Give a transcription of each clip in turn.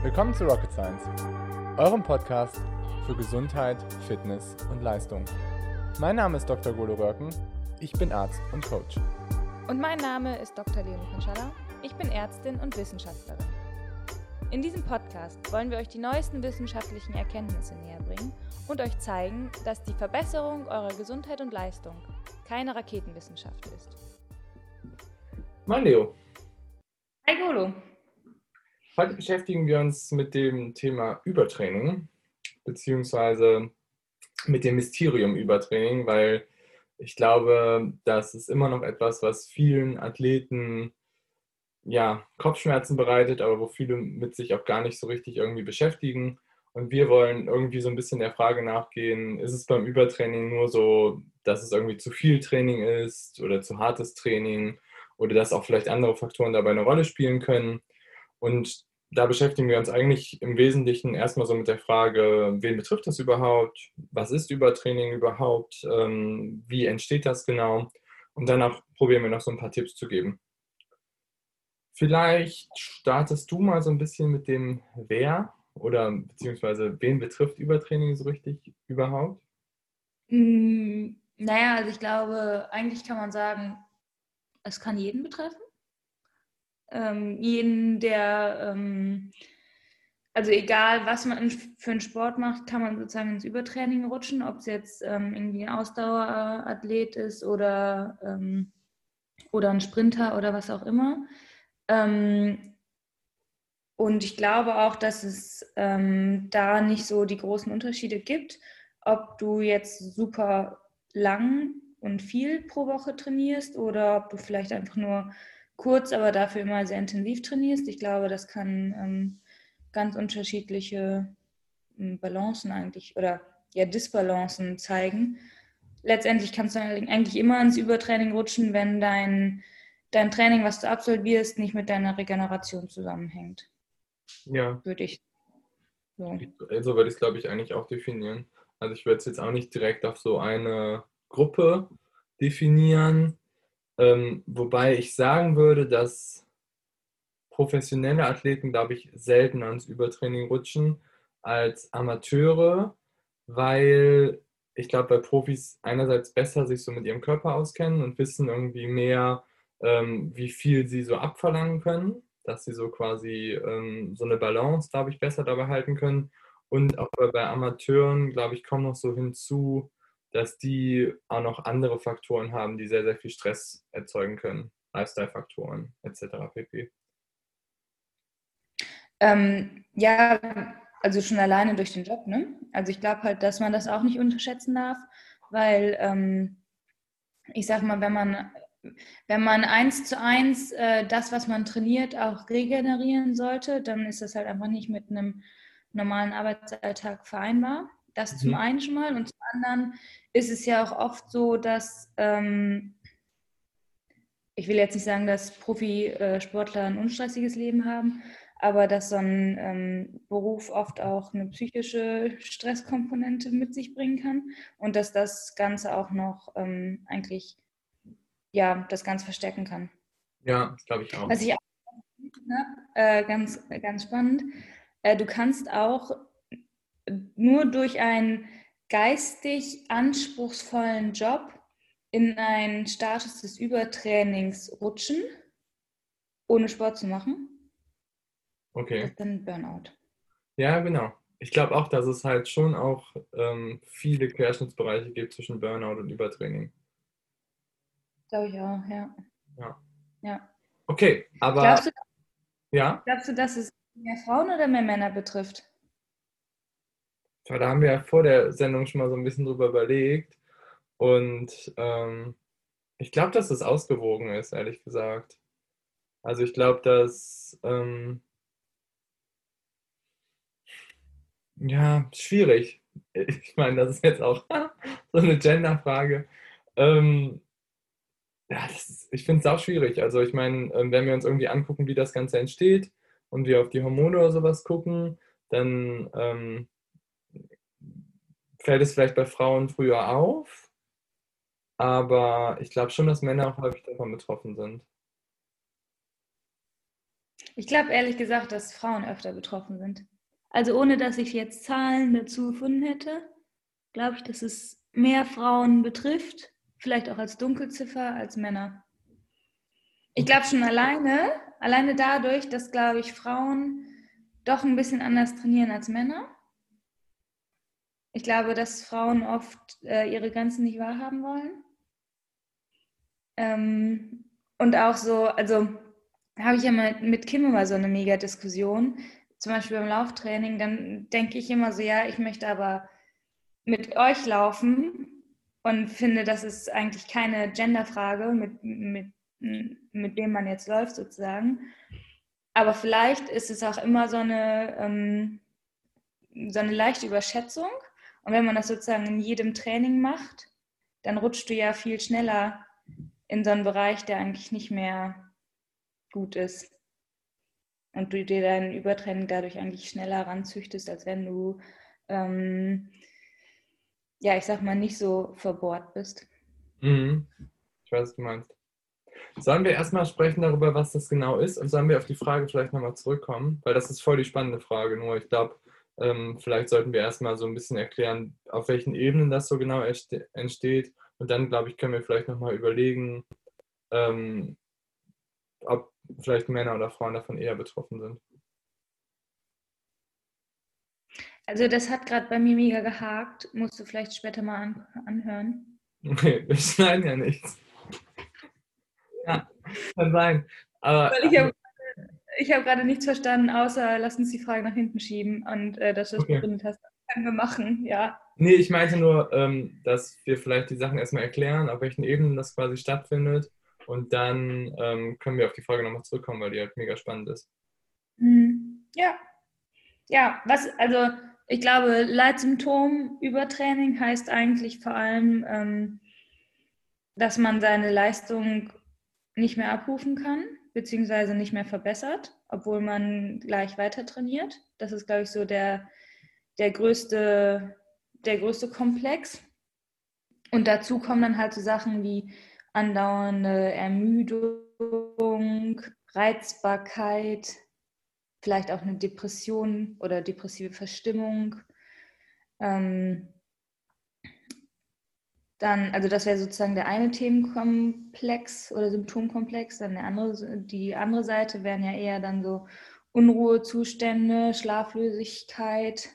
Willkommen zu Rocket Science, eurem Podcast für Gesundheit, Fitness und Leistung. Mein Name ist Dr. Golo Röhrken, ich bin Arzt und Coach. Und mein Name ist Dr. Leonie Konschalla, ich bin Ärztin und Wissenschaftlerin. In diesem Podcast wollen wir euch die neuesten wissenschaftlichen Erkenntnisse näherbringen und euch zeigen, dass die Verbesserung eurer Gesundheit und Leistung keine Raketenwissenschaft ist. Moin Leo. Hi Golo. Heute beschäftigen wir uns mit dem Thema Übertraining, beziehungsweise mit dem Mysterium Übertraining, weil ich glaube, das ist immer noch etwas, was vielen Athleten Kopfschmerzen bereitet, aber wo viele mit sich auch gar nicht so richtig irgendwie beschäftigen. Und wir wollen irgendwie so ein bisschen der Frage nachgehen, ist es beim Übertraining nur so, dass es irgendwie zu viel Training ist oder zu hartes Training oder dass auch vielleicht andere Faktoren dabei eine Rolle spielen können? Und da beschäftigen wir uns eigentlich im Wesentlichen erstmal so mit der Frage, wen betrifft das überhaupt? Was ist Übertraining überhaupt? Wie entsteht das genau? Und danach probieren wir noch so ein paar Tipps zu geben. Vielleicht startest du mal so ein bisschen mit dem Wer oder beziehungsweise wen betrifft Übertraining so richtig überhaupt? Also ich glaube, eigentlich kann man sagen, es kann jeden betreffen. Jeden, der, also egal, was man für einen Sport macht, kann man sozusagen ins Übertraining rutschen, ob es jetzt irgendwie ein Ausdauerathlet ist oder ein Sprinter oder was auch immer. Und ich glaube auch, dass es da nicht so die großen Unterschiede gibt, ob du jetzt super lang und viel pro Woche trainierst oder ob du vielleicht einfach nur kurz, aber dafür immer sehr intensiv trainierst. Ich glaube, das kann ganz unterschiedliche Balancen eigentlich oder Disbalancen zeigen. Letztendlich kannst du eigentlich immer ins Übertraining rutschen, wenn dein Training, was du absolvierst, nicht mit deiner Regeneration zusammenhängt. Ja. Würde ich so. So würde ich es, glaube ich, eigentlich auch definieren. Also ich würde es jetzt auch nicht direkt auf so eine Gruppe definieren, wobei ich sagen würde, dass professionelle Athleten, glaube ich, selten ans Übertraining rutschen als Amateure, weil ich glaube, bei Profis einerseits besser sich so mit ihrem Körper auskennen und wissen irgendwie mehr, wie viel sie so abverlangen können, dass sie so quasi so eine Balance, glaube ich, besser dabei halten können. Und auch bei Amateuren, glaube ich, kommt noch so hinzu, dass die auch noch andere Faktoren haben, die sehr, sehr viel Stress erzeugen können. Lifestyle-Faktoren etc. pp. Also schon alleine durch den Job, ne? Also ich glaube halt, dass man das auch nicht unterschätzen darf, weil ich sag mal, wenn man 1:1 das, was man trainiert, auch regenerieren sollte, dann ist das halt einfach nicht mit einem normalen Arbeitsalltag vereinbar. Das zum einen schon mal. Und zum anderen ist es ja auch oft so, dass ich will jetzt nicht sagen, dass Profisportler ein unstressiges Leben haben, aber dass so ein Beruf oft auch eine psychische Stresskomponente mit sich bringen kann und dass das Ganze auch noch eigentlich das Ganze verstärken kann. Ja, das glaube ich auch. Was ich auch ganz, ganz spannend, du kannst auch nur durch einen geistig anspruchsvollen Job in einen Status des Übertrainings rutschen, ohne Sport zu machen. Okay. Das ist dann Burnout. Ja, genau. Ich glaube auch, dass es halt schon auch viele Querschnittsbereiche gibt zwischen Burnout und Übertraining. Glaube ich auch, ja. Ja. Okay, aber Glaubst du, dass es mehr Frauen oder mehr Männer betrifft? Da haben wir ja vor der Sendung schon mal so ein bisschen drüber überlegt. Und ich glaube, dass das ausgewogen ist, ehrlich gesagt. Also ich glaube, dass schwierig. Ich meine, das ist jetzt auch so eine Genderfrage. Ich finde es auch schwierig. Also ich meine, wenn wir uns irgendwie angucken, wie das Ganze entsteht und wir auf die Hormone oder sowas gucken, dann fällt es vielleicht bei Frauen früher auf, aber ich glaube schon, dass Männer auch häufig davon betroffen sind. Ich glaube ehrlich gesagt, dass Frauen öfter betroffen sind. Also ohne, dass ich jetzt Zahlen dazu gefunden hätte, glaube ich, dass es mehr Frauen betrifft, vielleicht auch als Dunkelziffer, als Männer. Ich glaube schon alleine dadurch, dass, glaube ich, Frauen doch ein bisschen anders trainieren als Männer. Ich glaube, dass Frauen oft ihre Grenzen nicht wahrhaben wollen. Und auch so, also habe ich ja mit Kim immer so eine mega Diskussion, zum Beispiel beim Lauftraining, dann denke ich immer so, ja, ich möchte aber mit euch laufen und finde, das ist eigentlich keine Genderfrage, mit wem man jetzt läuft sozusagen. Aber vielleicht ist es auch immer so eine leichte Überschätzung. Und wenn man das sozusagen in jedem Training macht, dann rutschst du ja viel schneller in so einen Bereich, der eigentlich nicht mehr gut ist. Und du dir dein Übertraining dadurch eigentlich schneller ranzüchtest, als wenn du, ja, ich sag mal, nicht so verbohrt bist. Mhm. Ich weiß, was du meinst. Sollen wir erstmal sprechen darüber, was das genau ist, und sollen wir auf die Frage vielleicht nochmal zurückkommen? Weil das ist voll die spannende Frage, nur ich glaube, vielleicht sollten wir erstmal so ein bisschen erklären, auf welchen Ebenen das so genau entsteht. Und dann, glaube ich, können wir vielleicht nochmal überlegen, ähm, ob vielleicht Männer oder Frauen davon eher betroffen sind. Also das hat gerade bei mir mega gehakt. Musst du vielleicht später mal anhören. Okay, wir schneiden ja nichts. Ja, kann sein. Aber Weil ich habe gerade nichts verstanden, außer lass uns die Frage nach hinten schieben und dass du das okay. begründet hast. Das können wir machen, ja. Nee, ich meinte nur, dass wir vielleicht die Sachen erstmal erklären, auf welchen Ebenen das quasi stattfindet. Und dann können wir auf die Frage nochmal zurückkommen, weil die halt mega spannend ist. Ja, ja, also ich glaube, Leitsymptom Übertraining heißt eigentlich vor allem, dass man seine Leistung nicht mehr abrufen kann, beziehungsweise nicht mehr verbessert, obwohl man gleich weiter trainiert. Das ist, glaube ich, so der größte Komplex. Und dazu kommen dann halt so Sachen wie andauernde Ermüdung, Reizbarkeit, vielleicht auch eine Depression oder depressive Verstimmung. Dann, also das wäre sozusagen der eine Themenkomplex oder Symptomkomplex. Dann die andere Seite wären ja eher dann so Unruhezustände, Schlaflosigkeit,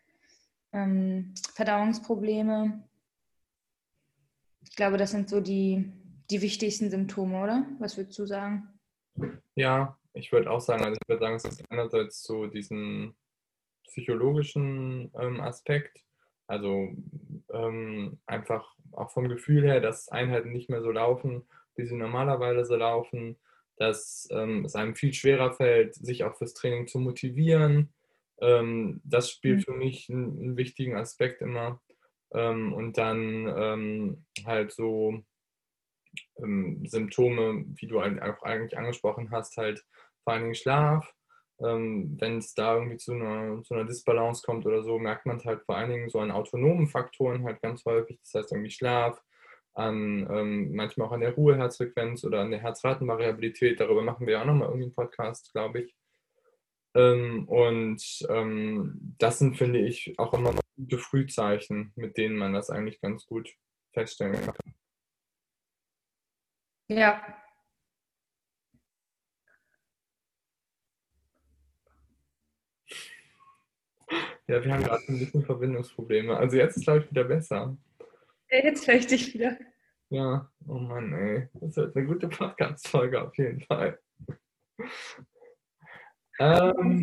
Verdauungsprobleme. Ich glaube, das sind so die wichtigsten Symptome, oder? Was würdest du sagen? Ja, ich würde auch sagen, also ich würde sagen, es ist einerseits so diesen psychologischen Aspekt, also einfach auch vom Gefühl her, dass Einheiten nicht mehr so laufen, wie sie normalerweise so laufen, dass es einem viel schwerer fällt, sich auch fürs Training zu motivieren. Das spielt für mich einen wichtigen Aspekt immer. Und dann halt so Symptome, wie du auch eigentlich angesprochen hast, halt vor allen Dingen Schlaf. Wenn es da irgendwie zu einer Disbalance kommt oder so, merkt man es halt vor allen Dingen so an autonomen Faktoren halt ganz häufig. Das heißt irgendwie Schlaf, an manchmal auch an der Ruheherzfrequenz oder an der Herzratenvariabilität. Darüber machen wir ja auch nochmal irgendwie einen Podcast, glaube ich. Das sind, finde ich, auch immer gute Frühzeichen, mit denen man das eigentlich ganz gut feststellen kann. Ja. Ja, wir haben gerade ein bisschen Verbindungsprobleme. Also jetzt ist, glaube ich, wieder besser. Jetzt höre ich dich wieder. Ja, oh Mann, ey. Das wird eine gute Podcast-Folge auf jeden Fall. Ähm,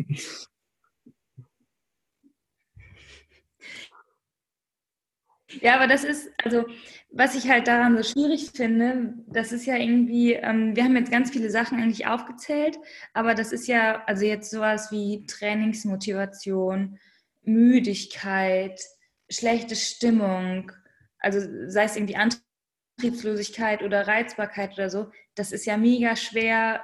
Ja, aber das ist, also was ich halt daran so schwierig finde, das ist ja irgendwie, wir haben jetzt ganz viele Sachen eigentlich aufgezählt, aber das ist ja, also jetzt sowas wie Trainingsmotivation, Müdigkeit, schlechte Stimmung, also sei es irgendwie Antriebslosigkeit oder Reizbarkeit oder so, das ist ja mega schwer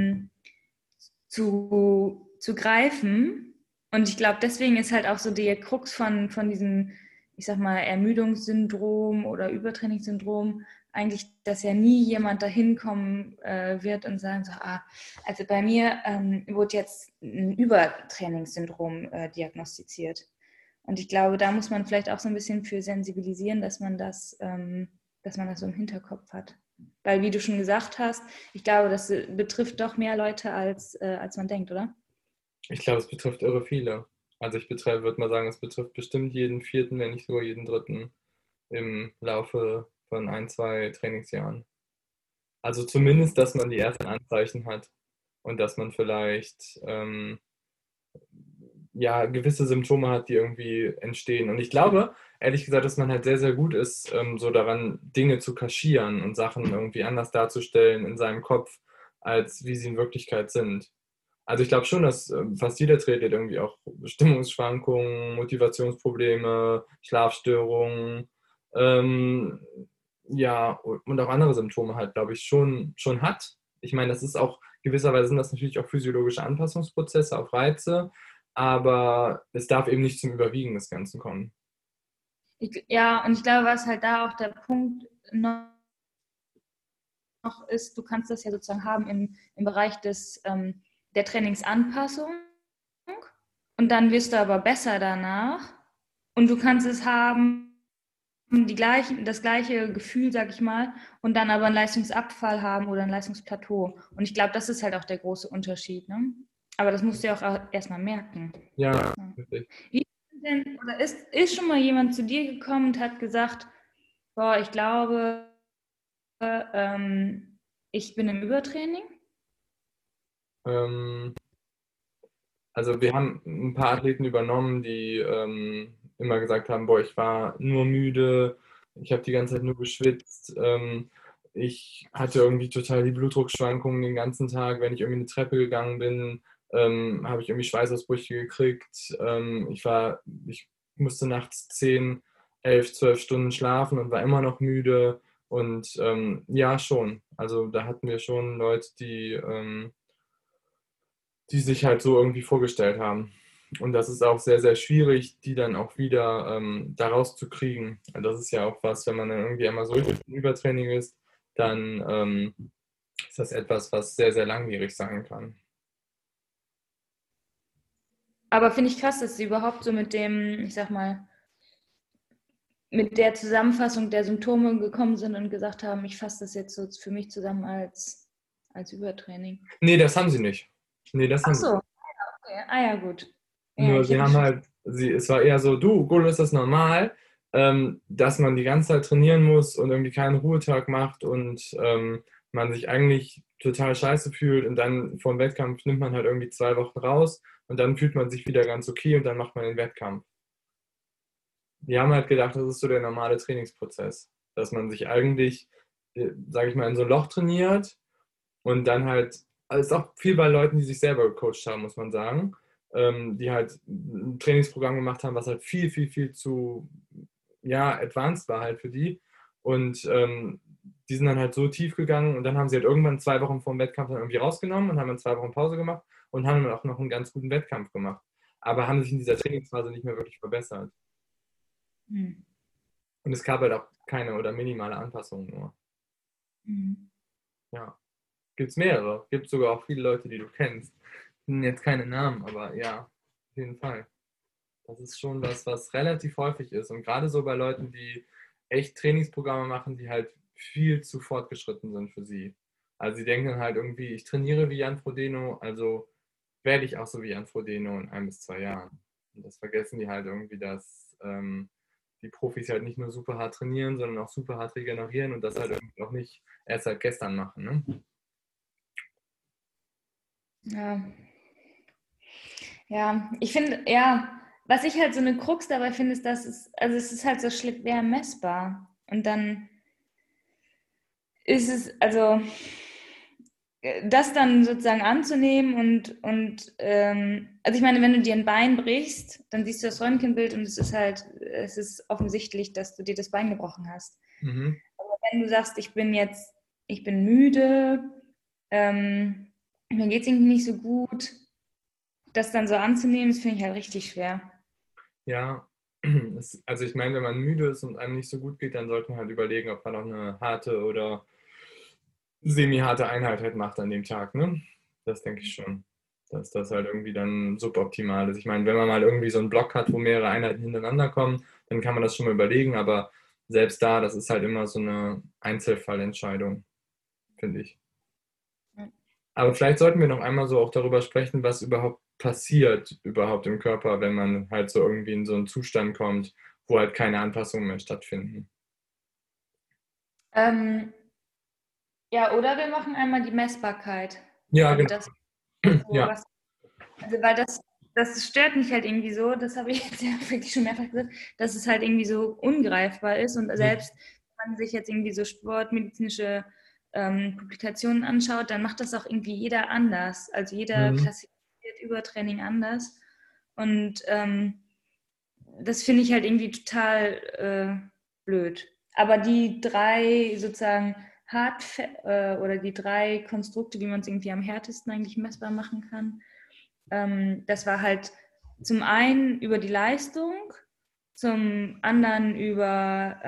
zu greifen. Und ich glaube, deswegen ist halt auch so die Krux von diesem, ich sag mal, Ermüdungssyndrom oder Übertrainingssyndrom eigentlich, dass ja nie jemand dahin kommen wird und sagen so, also bei mir wurde jetzt ein Übertrainingssyndrom diagnostiziert. Und ich glaube, da muss man vielleicht auch so ein bisschen für sensibilisieren, dass man das so im Hinterkopf hat. Weil, wie du schon gesagt hast, ich glaube, das betrifft doch mehr Leute, als man denkt, oder? Ich glaube, es betrifft irre viele. Also ich würde mal sagen, es betrifft bestimmt jeden vierten, wenn nicht sogar jeden dritten im Laufe von ein, zwei Trainingsjahren. Also zumindest, dass man die ersten Anzeichen hat und dass man vielleicht ja, gewisse Symptome hat, die irgendwie entstehen. Und ich glaube, ehrlich gesagt, dass man halt sehr, sehr gut ist, so daran, Dinge zu kaschieren und Sachen irgendwie anders darzustellen in seinem Kopf, als wie sie in Wirklichkeit sind. Also ich glaube schon, dass fast jeder Triathlet irgendwie auch Stimmungsschwankungen, Motivationsprobleme, Schlafstörungen, ähm, ja, und auch andere Symptome halt, glaube ich, schon hat. Ich meine, das ist auch, gewisserweise sind das natürlich auch physiologische Anpassungsprozesse auf Reize, aber es darf eben nicht zum Überwiegen des Ganzen kommen. Ja, und ich glaube, was halt da auch der Punkt noch ist, du kannst das ja sozusagen haben im Bereich der Trainingsanpassung und dann wirst du aber besser danach und du kannst es haben, das gleiche Gefühl, sag ich mal, und dann aber einen Leistungsabfall haben oder ein Leistungsplateau. Und ich glaube, das ist halt auch der große Unterschied. Ne? Aber das musst du ja auch erstmal merken. Ja, richtig. Wie denn, oder ist schon mal jemand zu dir gekommen und hat gesagt, boah, ich glaube, ich bin im Übertraining? Ähm, also wir haben ein paar Athleten übernommen, die immer gesagt haben, boah, ich war nur müde, ich habe die ganze Zeit nur geschwitzt, ich hatte irgendwie total die Blutdruckschwankungen den ganzen Tag, wenn ich irgendwie eine Treppe gegangen bin, habe ich irgendwie Schweißausbrüche gekriegt, ich musste nachts 10, 11, 12 Stunden schlafen und war immer noch müde und ja, schon. Also da hatten wir schon Leute, die sich halt so irgendwie vorgestellt haben. Und das ist auch sehr, sehr schwierig, die dann auch wieder da rauszukriegen. Das ist ja auch was, wenn man dann irgendwie einmal so im Übertraining ist, dann ist das etwas, was sehr, sehr langwierig sein kann. Aber finde ich krass, dass sie überhaupt so mit dem, ich sag mal, mit der Zusammenfassung der Symptome gekommen sind und gesagt haben, ich fasse das jetzt so für mich zusammen als Übertraining. Nee, das haben sie nicht. Nee, das Ach haben sie so, nicht. okay. Ah ja, gut. Ja, Nur ich sie hätte haben halt, es war eher so, du, Golo, ist das normal, dass man die ganze Zeit trainieren muss und irgendwie keinen Ruhetag macht und man sich eigentlich total scheiße fühlt und dann vor dem Wettkampf nimmt man halt irgendwie 2 Wochen raus und dann fühlt man sich wieder ganz okay und dann macht man den Wettkampf. Die haben halt gedacht, das ist so der normale Trainingsprozess, dass man sich eigentlich, sage ich mal, in so ein Loch trainiert und dann halt, also es ist auch viel bei Leuten, die sich selber gecoacht haben, muss man sagen, die halt ein Trainingsprogramm gemacht haben, was halt viel, viel, viel zu, ja, advanced war halt für die. Und die sind dann halt so tief gegangen und dann haben sie halt irgendwann 2 Wochen vor dem Wettkampf dann irgendwie rausgenommen und haben dann 2 Wochen Pause gemacht und haben dann auch noch einen ganz guten Wettkampf gemacht. Aber haben sich in dieser Trainingsphase nicht mehr wirklich verbessert. Hm. Und es gab halt auch keine oder minimale Anpassungen nur. Hm. Ja. Gibt es mehrere. Gibt sogar auch viele Leute, die du kennst. Sind jetzt keine Namen, aber ja, auf jeden Fall. Das ist schon was, was relativ häufig ist. Und gerade so bei Leuten, die echt Trainingsprogramme machen, die halt viel zu fortgeschritten sind für sie. Also sie denken dann halt irgendwie, ich trainiere wie Jan Frodeno, also werde ich auch so wie Jan Frodeno in 1 bis 2 Jahren. Und das vergessen die halt irgendwie, dass die Profis halt nicht nur super hart trainieren, sondern auch super hart regenerieren und das halt irgendwie auch nicht erst seit gestern machen. Ne? Ja. Ja, ich finde, ja, was ich halt so eine Krux dabei finde, ist, also es ist halt so schwer messbar. Und dann ist es, also das dann sozusagen anzunehmen also ich meine, wenn du dir ein Bein brichst, dann siehst du das Röntgenbild und es ist offensichtlich, dass du dir das Bein gebrochen hast. Mhm. Aber wenn du sagst, ich bin müde, mir geht es irgendwie nicht so gut, das dann so anzunehmen, das finde ich halt richtig schwer. Ja, Also ich meine, wenn man müde ist und einem nicht so gut geht, dann sollte man halt überlegen, ob man noch eine harte oder semi-harte Einheit halt macht an dem Tag, ne? Das denke ich schon, dass das halt irgendwie dann suboptimal ist. Ich meine, wenn man mal irgendwie so einen Block hat, wo mehrere Einheiten hintereinander kommen, dann kann man das schon mal überlegen, aber selbst da, das ist halt immer so eine Einzelfallentscheidung, finde ich. Aber vielleicht sollten wir noch einmal so auch darüber sprechen, was überhaupt passiert überhaupt im Körper, wenn man halt so irgendwie in so einen Zustand kommt, wo halt keine Anpassungen mehr stattfinden. Ähm, ja, oder wir machen einmal die Messbarkeit. Ja, Also genau. das, so Ja. was, also weil das stört mich halt irgendwie so, das habe ich jetzt ja wirklich schon mehrfach gesagt, dass es halt irgendwie so ungreifbar ist und selbst wenn man sich jetzt irgendwie so sportmedizinische Publikationen anschaut, dann macht das auch irgendwie jeder anders. Also jeder Mhm. klassifiziert Übertraining anders und das finde ich halt irgendwie total blöd. Aber die drei sozusagen oder die drei Konstrukte, wie man es irgendwie am härtesten eigentlich messbar machen kann, das war halt zum einen über die Leistung, zum anderen über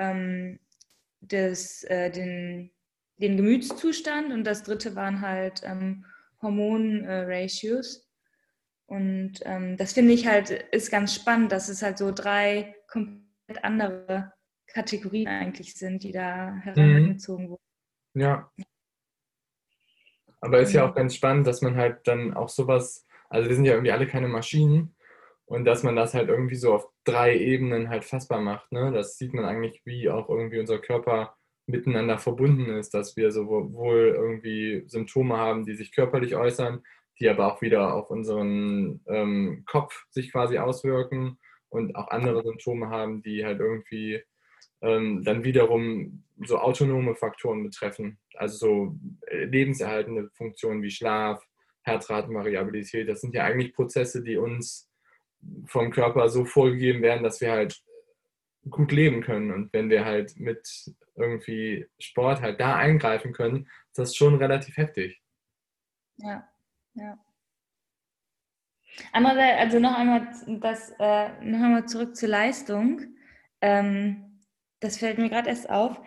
den Gemütszustand und das dritte waren halt Hormon-Ratios. Und das finde ich halt ist ganz spannend, dass es halt so drei komplett andere Kategorien eigentlich sind, die da Mhm. herangezogen wurden. Ja, aber ist ja auch Genau. ganz spannend, dass man halt dann auch sowas, also wir sind ja irgendwie alle keine Maschinen und dass man das halt irgendwie so auf drei Ebenen halt fassbar macht, ne? Das sieht man eigentlich, wie auch irgendwie unser Körper miteinander verbunden ist, dass wir sowohl irgendwie Symptome haben, die sich körperlich äußern, die aber auch wieder auf unseren Kopf sich quasi auswirken und auch andere Symptome haben, die halt irgendwie dann wiederum so autonome Faktoren betreffen, also so lebenserhaltende Funktionen wie Schlaf, Herzratenvariabilität. Das sind ja eigentlich Prozesse, die uns vom Körper so vorgegeben werden, dass wir halt gut leben können. Und wenn wir halt mit irgendwie Sport halt da eingreifen können, ist das schon relativ heftig. Ja, ja. Andererseits, also noch einmal zurück zur Leistung. Das fällt mir gerade erst auf.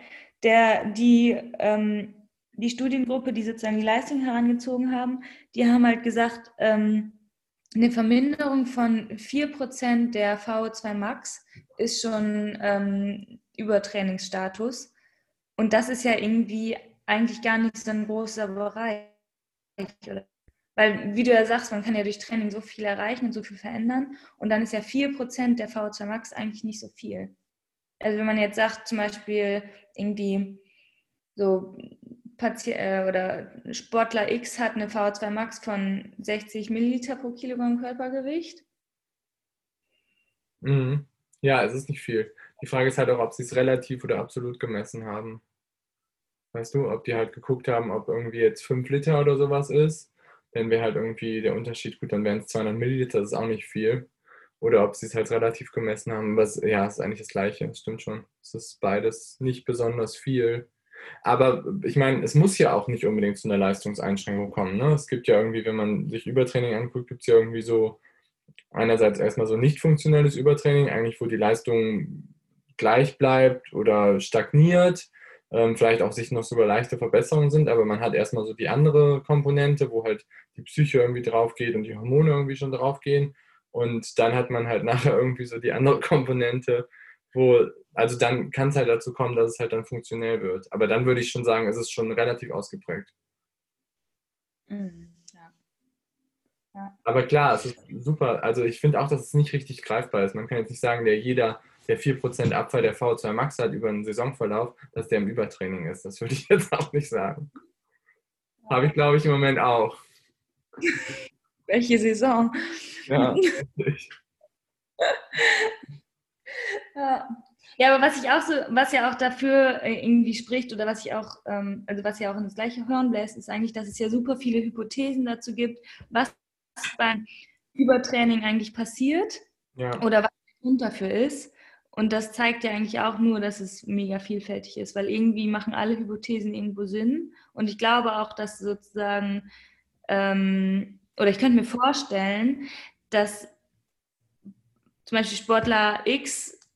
Die Studiengruppe, die sozusagen die Leistung herangezogen haben, die haben halt gesagt, eine Verminderung von 4% der VO2 Max ist schon Übertrainingsstatus. Und das ist ja irgendwie eigentlich gar nicht so ein großer Bereich. Oder? Weil, wie du ja sagst, man kann ja durch Training so viel erreichen und so viel verändern. Und dann ist ja 4% der VO2 Max eigentlich nicht so viel. Also wenn man jetzt sagt, zum Beispiel irgendwie so oder Sportler X hat eine VO2 Max von 60 Milliliter pro Kilogramm Körpergewicht. Mhm. Ja, es ist nicht viel. Die Frage ist halt auch, ob sie es relativ oder absolut gemessen haben. Weißt du, ob die halt geguckt haben, ob irgendwie jetzt 5 Liter oder sowas ist, dann wäre halt irgendwie der Unterschied gut, dann wären es 200 Milliliter, das ist auch nicht viel. Oder ob sie es halt relativ gemessen haben, was, ja, ist eigentlich das Gleiche, das stimmt schon. Es ist beides nicht besonders viel. Aber ich meine, es muss ja auch nicht unbedingt zu einer Leistungseinschränkung kommen. Ne? Es gibt ja irgendwie, wenn man sich Übertraining anguckt, gibt es ja irgendwie so einerseits erstmal so nicht funktionelles Übertraining, eigentlich wo die Leistung gleich bleibt oder stagniert, vielleicht auch sich noch sogar leichte Verbesserungen sind, aber man hat erstmal so die andere Komponente, wo halt die Psyche irgendwie drauf geht und die Hormone irgendwie schon drauf gehen. Und dann hat man halt nachher irgendwie so die andere Komponente, wo, also dann kann es halt dazu kommen, dass es halt dann funktionell wird. Aber dann würde ich schon sagen, es ist schon relativ ausgeprägt. Ja, ja. Aber klar, es ist super. Also ich finde auch, dass es nicht richtig greifbar ist. Man kann jetzt nicht sagen, der 4% Abfall der V2 Max hat über einen Saisonverlauf, dass der im Übertraining ist. Das würde ich jetzt auch nicht sagen. Habe ich, glaube ich, im Moment auch. Welche Saison? Ja, richtig. Ja. Ja, aber was ja auch dafür irgendwie spricht oder also was ja auch ins gleiche Horn bläst, ist eigentlich, dass es ja super viele Hypothesen dazu gibt, was beim Übertraining eigentlich passiert Ja. oder was der Grund dafür ist. Und das zeigt ja eigentlich auch nur, dass es mega vielfältig ist, weil irgendwie machen alle Hypothesen irgendwo Sinn. Und ich glaube auch, dass sozusagen, oder ich könnte mir vorstellen, dass zum Beispiel Sportler X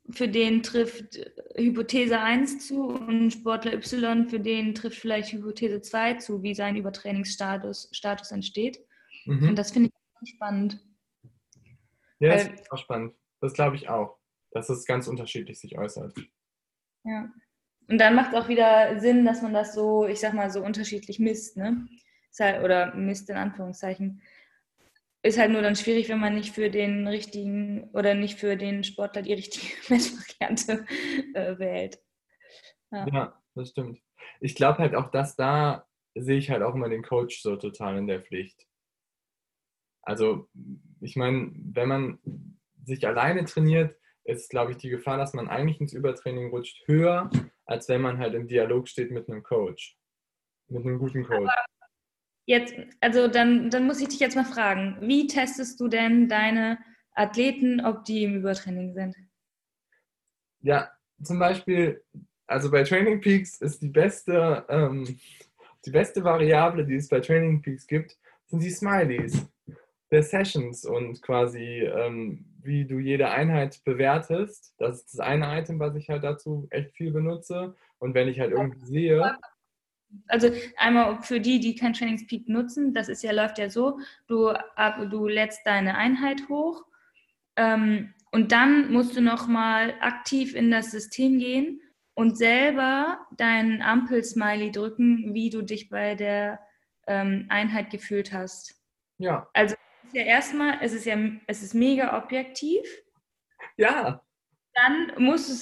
für den trifft Hypothese 1 zu und Sportler Y, für den trifft vielleicht Hypothese 2 zu, wie sein Übertrainingsstatus entsteht. Und das finde ich spannend. Ja, das ist auch spannend. Das glaube ich auch, dass es ganz unterschiedlich sich äußert. Ja. Und dann macht es auch wieder Sinn, dass man das so, ich sag mal, so unterschiedlich misst, ne? Oder misst in Anführungszeichen. Ist halt nur dann schwierig, wenn man nicht für den richtigen oder nicht für den Sportler die richtige Messvariante wählt. Ja, das stimmt. Ich glaube halt auch, dass da sehe ich halt auch immer den Coach so total in der Pflicht. Also, ich meine, wenn man sich alleine trainiert, ist, glaube ich, die Gefahr, dass man eigentlich ins Übertraining rutscht, höher, als wenn man halt im Dialog steht mit einem Coach, mit einem guten Coach. Jetzt, also dann muss ich dich jetzt mal fragen, wie testest du denn deine Athleten, ob die im Übertraining sind? Ja, zum Beispiel, also bei Training Peaks ist die beste Variable, die es bei Training Peaks gibt, sind die Smileys der Sessions und quasi wie du jede Einheit bewertest. Das ist das eine Item, was ich halt dazu echt viel benutze. Und wenn ich halt irgendwie sehe. Also einmal für die kein Trainingspeak nutzen, das ist ja, läuft ja so, du lädst deine Einheit hoch und dann musst du nochmal aktiv in das System gehen und selber deinen Ampel-Smiley drücken, wie du dich bei der Einheit gefühlt hast. Ja. Also es ist ja erstmal, es ist mega objektiv. Ja. Dann musst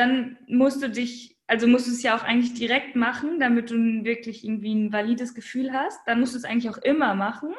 du es ja auch eigentlich direkt machen, damit du wirklich irgendwie ein valides Gefühl hast. Dann musst du es eigentlich auch immer machen.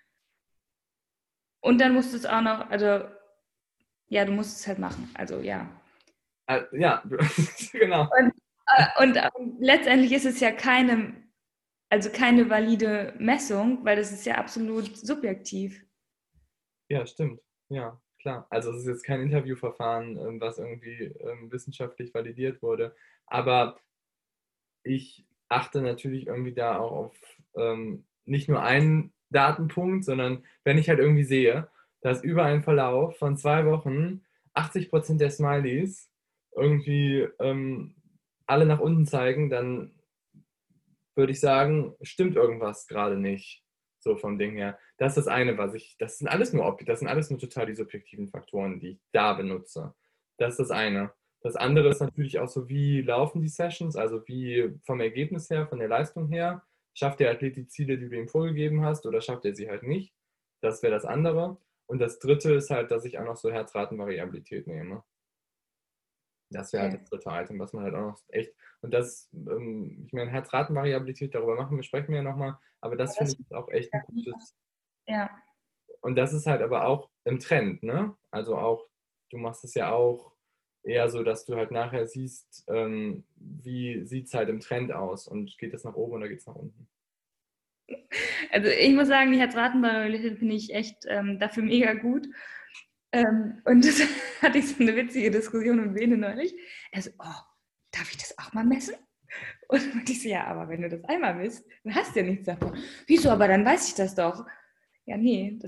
Und dann musst du es auch noch, also ja, du musst es halt machen. Also ja. Ja, genau. Und letztendlich ist es ja keine valide Messung, weil das ist ja absolut subjektiv. Ja, stimmt. Ja, klar. Also es ist jetzt kein Interviewverfahren, was irgendwie wissenschaftlich validiert wurde. Aber ich achte natürlich irgendwie da auch auf nicht nur einen Datenpunkt, sondern wenn ich halt irgendwie sehe, dass über einen Verlauf von 2 Wochen 80% der Smileys irgendwie alle nach unten zeigen, dann würde ich sagen, stimmt irgendwas gerade nicht. So vom Ding her. Das ist das eine, das sind alles nur total die subjektiven Faktoren, die ich da benutze. Das ist das eine. Das andere ist natürlich auch so, wie laufen die Sessions, also wie vom Ergebnis her, von der Leistung her, schafft der Athlet die Ziele, die du ihm vorgegeben hast, oder schafft er sie halt nicht? Das wäre das andere. Und das dritte ist halt, dass ich auch noch so Herzratenvariabilität nehme. Das wäre halt das dritte Item, was man halt auch noch echt. Und das, ich meine, Herzratenvariabilität, sprechen wir ja nochmal, aber das finde ich auch echt ein gutes. Ja. Und das ist halt aber auch im Trend, ne? Also auch, du machst es ja auch eher so, dass du halt nachher siehst, wie sieht es halt im Trend aus und geht es nach oben oder geht es nach unten? Also ich muss sagen, die Herzratenvariabilität finde ich echt dafür mega gut. Und das hatte ich so eine witzige Diskussion mit Bene neulich. Er so, oh, darf ich das auch mal messen? Und ich so, ja, aber wenn du das einmal misst, dann hast du ja nichts davon. Wieso, aber dann weiß ich das doch. Ja, nee,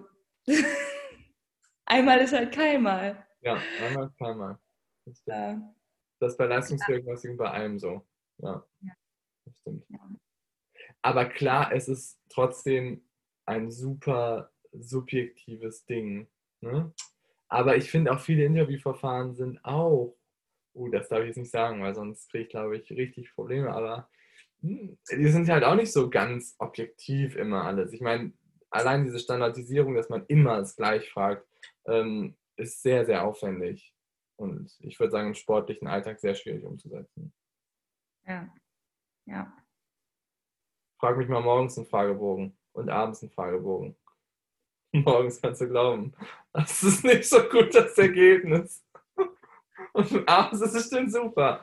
einmal ist halt keinmal. Ja, einmal ist keinmal. Das ist bei Leistungsdiagnostik bei allem so. Ja, das stimmt. Ja. Aber klar, es ist trotzdem ein super subjektives Ding. Ne? Aber ich finde auch viele Interviewverfahren sind auch, das darf ich jetzt nicht sagen, weil sonst kriege ich, glaube ich, richtig Probleme, aber die sind halt auch nicht so ganz objektiv immer alles. Ich meine, allein diese Standardisierung, dass man immer es gleich fragt, ist sehr, sehr aufwendig. Und ich würde sagen, im sportlichen Alltag sehr schwierig umzusetzen. Ja, ja. Frag mich mal morgens einen Fragebogen und abends einen Fragebogen. Morgens kannst du glauben, das ist nicht so gut, das Ergebnis. Und abends ist es bestimmt super.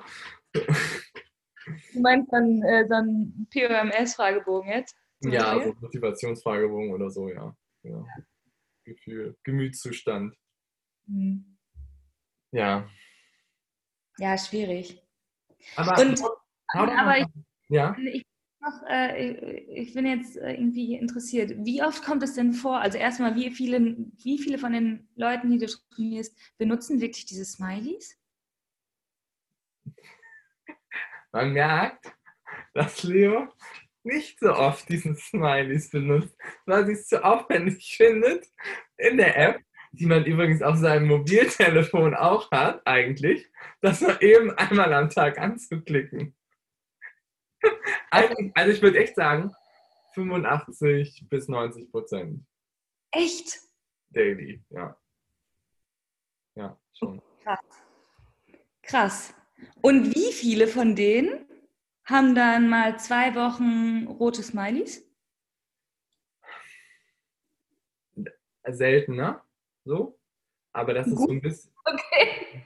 Du meinst dann so einen POMS-Fragebogen jetzt? Ja, so Motivationsfragebogen oder so, ja. Gefühl, Gemütszustand. Mhm. Ja. Ja, schwierig. Aber, Und, ja? ich Ich bin jetzt irgendwie interessiert. Wie oft kommt es denn vor? Also erstmal, wie viele von den Leuten, die du trainierst, benutzen wirklich diese Smileys? Man merkt, dass Leo nicht so oft diesen Smileys benutzt, weil sie es zu aufwendig findet in der App, die man übrigens auf seinem Mobiltelefon auch hat, eigentlich, das nur eben einmal am Tag anzuklicken. Also ich würde echt sagen, 85-90% Echt? daily, ja. Ja, schon. Krass. Krass. Und wie viele von denen haben dann mal 2 Wochen rote Smileys? Seltener, so, aber das ist so Gut, ein bisschen, okay.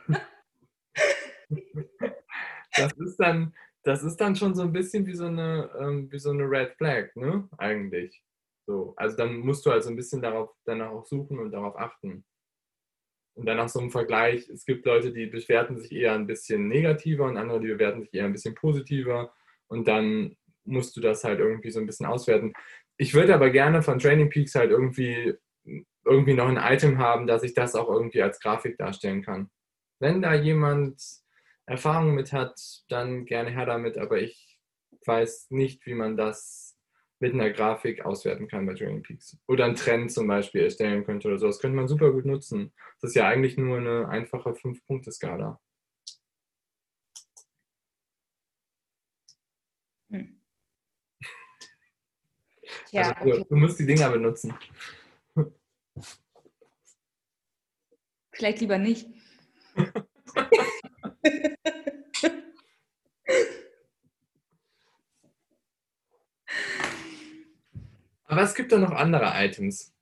das ist dann, das ist dann schon so ein bisschen wie so eine Red Flag, ne? Eigentlich. So. Also dann musst du also ein bisschen danach auch suchen und darauf achten. Und dann nach so einem Vergleich, es gibt Leute, die bewerten sich eher ein bisschen negativer und andere, die bewerten sich eher ein bisschen positiver. Und dann musst du das halt irgendwie so ein bisschen auswerten. Ich würde aber gerne von Training Peaks halt irgendwie noch ein Item haben, dass ich das auch irgendwie als Grafik darstellen kann. Wenn da jemand Erfahrung mit hat, dann gerne her damit, aber ich weiß nicht, wie man das mit einer Grafik auswerten kann bei Training Peaks. Oder einen Trend zum Beispiel erstellen könnte oder so. Das könnte man super gut nutzen. Das ist ja eigentlich nur eine einfache 5-Punkte-Skala. Hm. Also Tja, okay. du musst die Dinger benutzen. Vielleicht lieber nicht. Aber es gibt da noch andere Items,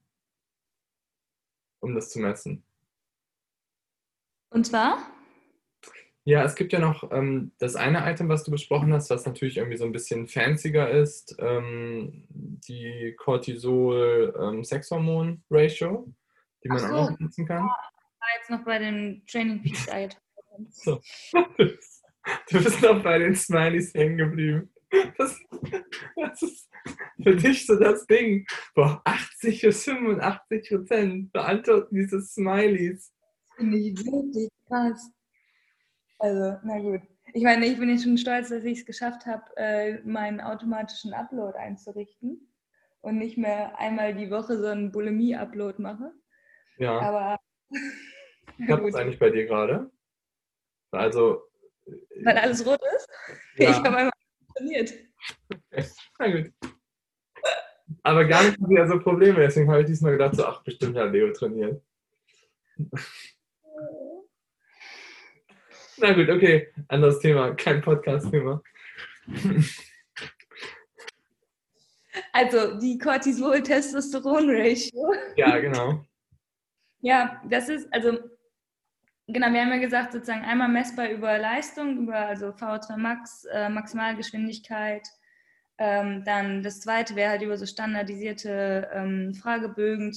um das zu messen. Und zwar? Ja, es gibt ja noch das eine Item, was du besprochen hast, was natürlich irgendwie so ein bisschen fancier ist, die Cortisol-Sexhormon-Ratio, die Ach man auch so, noch nutzen kann. war jetzt noch bei den Training Peaks Items. So. Du bist noch bei den Smileys hängen geblieben. Das, das ist für dich so das Ding. Boah, 80-85% beantworten diese Smileys. Finde ich wirklich krass. Also, na gut. Ich meine, ich bin jetzt schon stolz, dass ich es geschafft habe, meinen automatischen Upload einzurichten und nicht mehr einmal die Woche so einen Bulimie-Upload mache. Ja, Aber na klappt das gut. eigentlich bei dir gerade? Also, Weil alles rot ist? Ich ja, habe einmal trainiert. na gut. Aber gar nicht wieder so Probleme, deswegen habe ich diesmal gedacht, so, ach, bestimmt hat Leo trainiert. Na gut, okay, anderes Thema, kein Podcast-Thema. Also die Cortisol-Testosteron-Ratio. Ja, genau. Ja, das ist, also genau, wir haben ja gesagt, sozusagen einmal messbar über Leistung, über also VO2 Max, Maximalgeschwindigkeit. Dann das zweite wäre halt über so standardisierte Fragebögen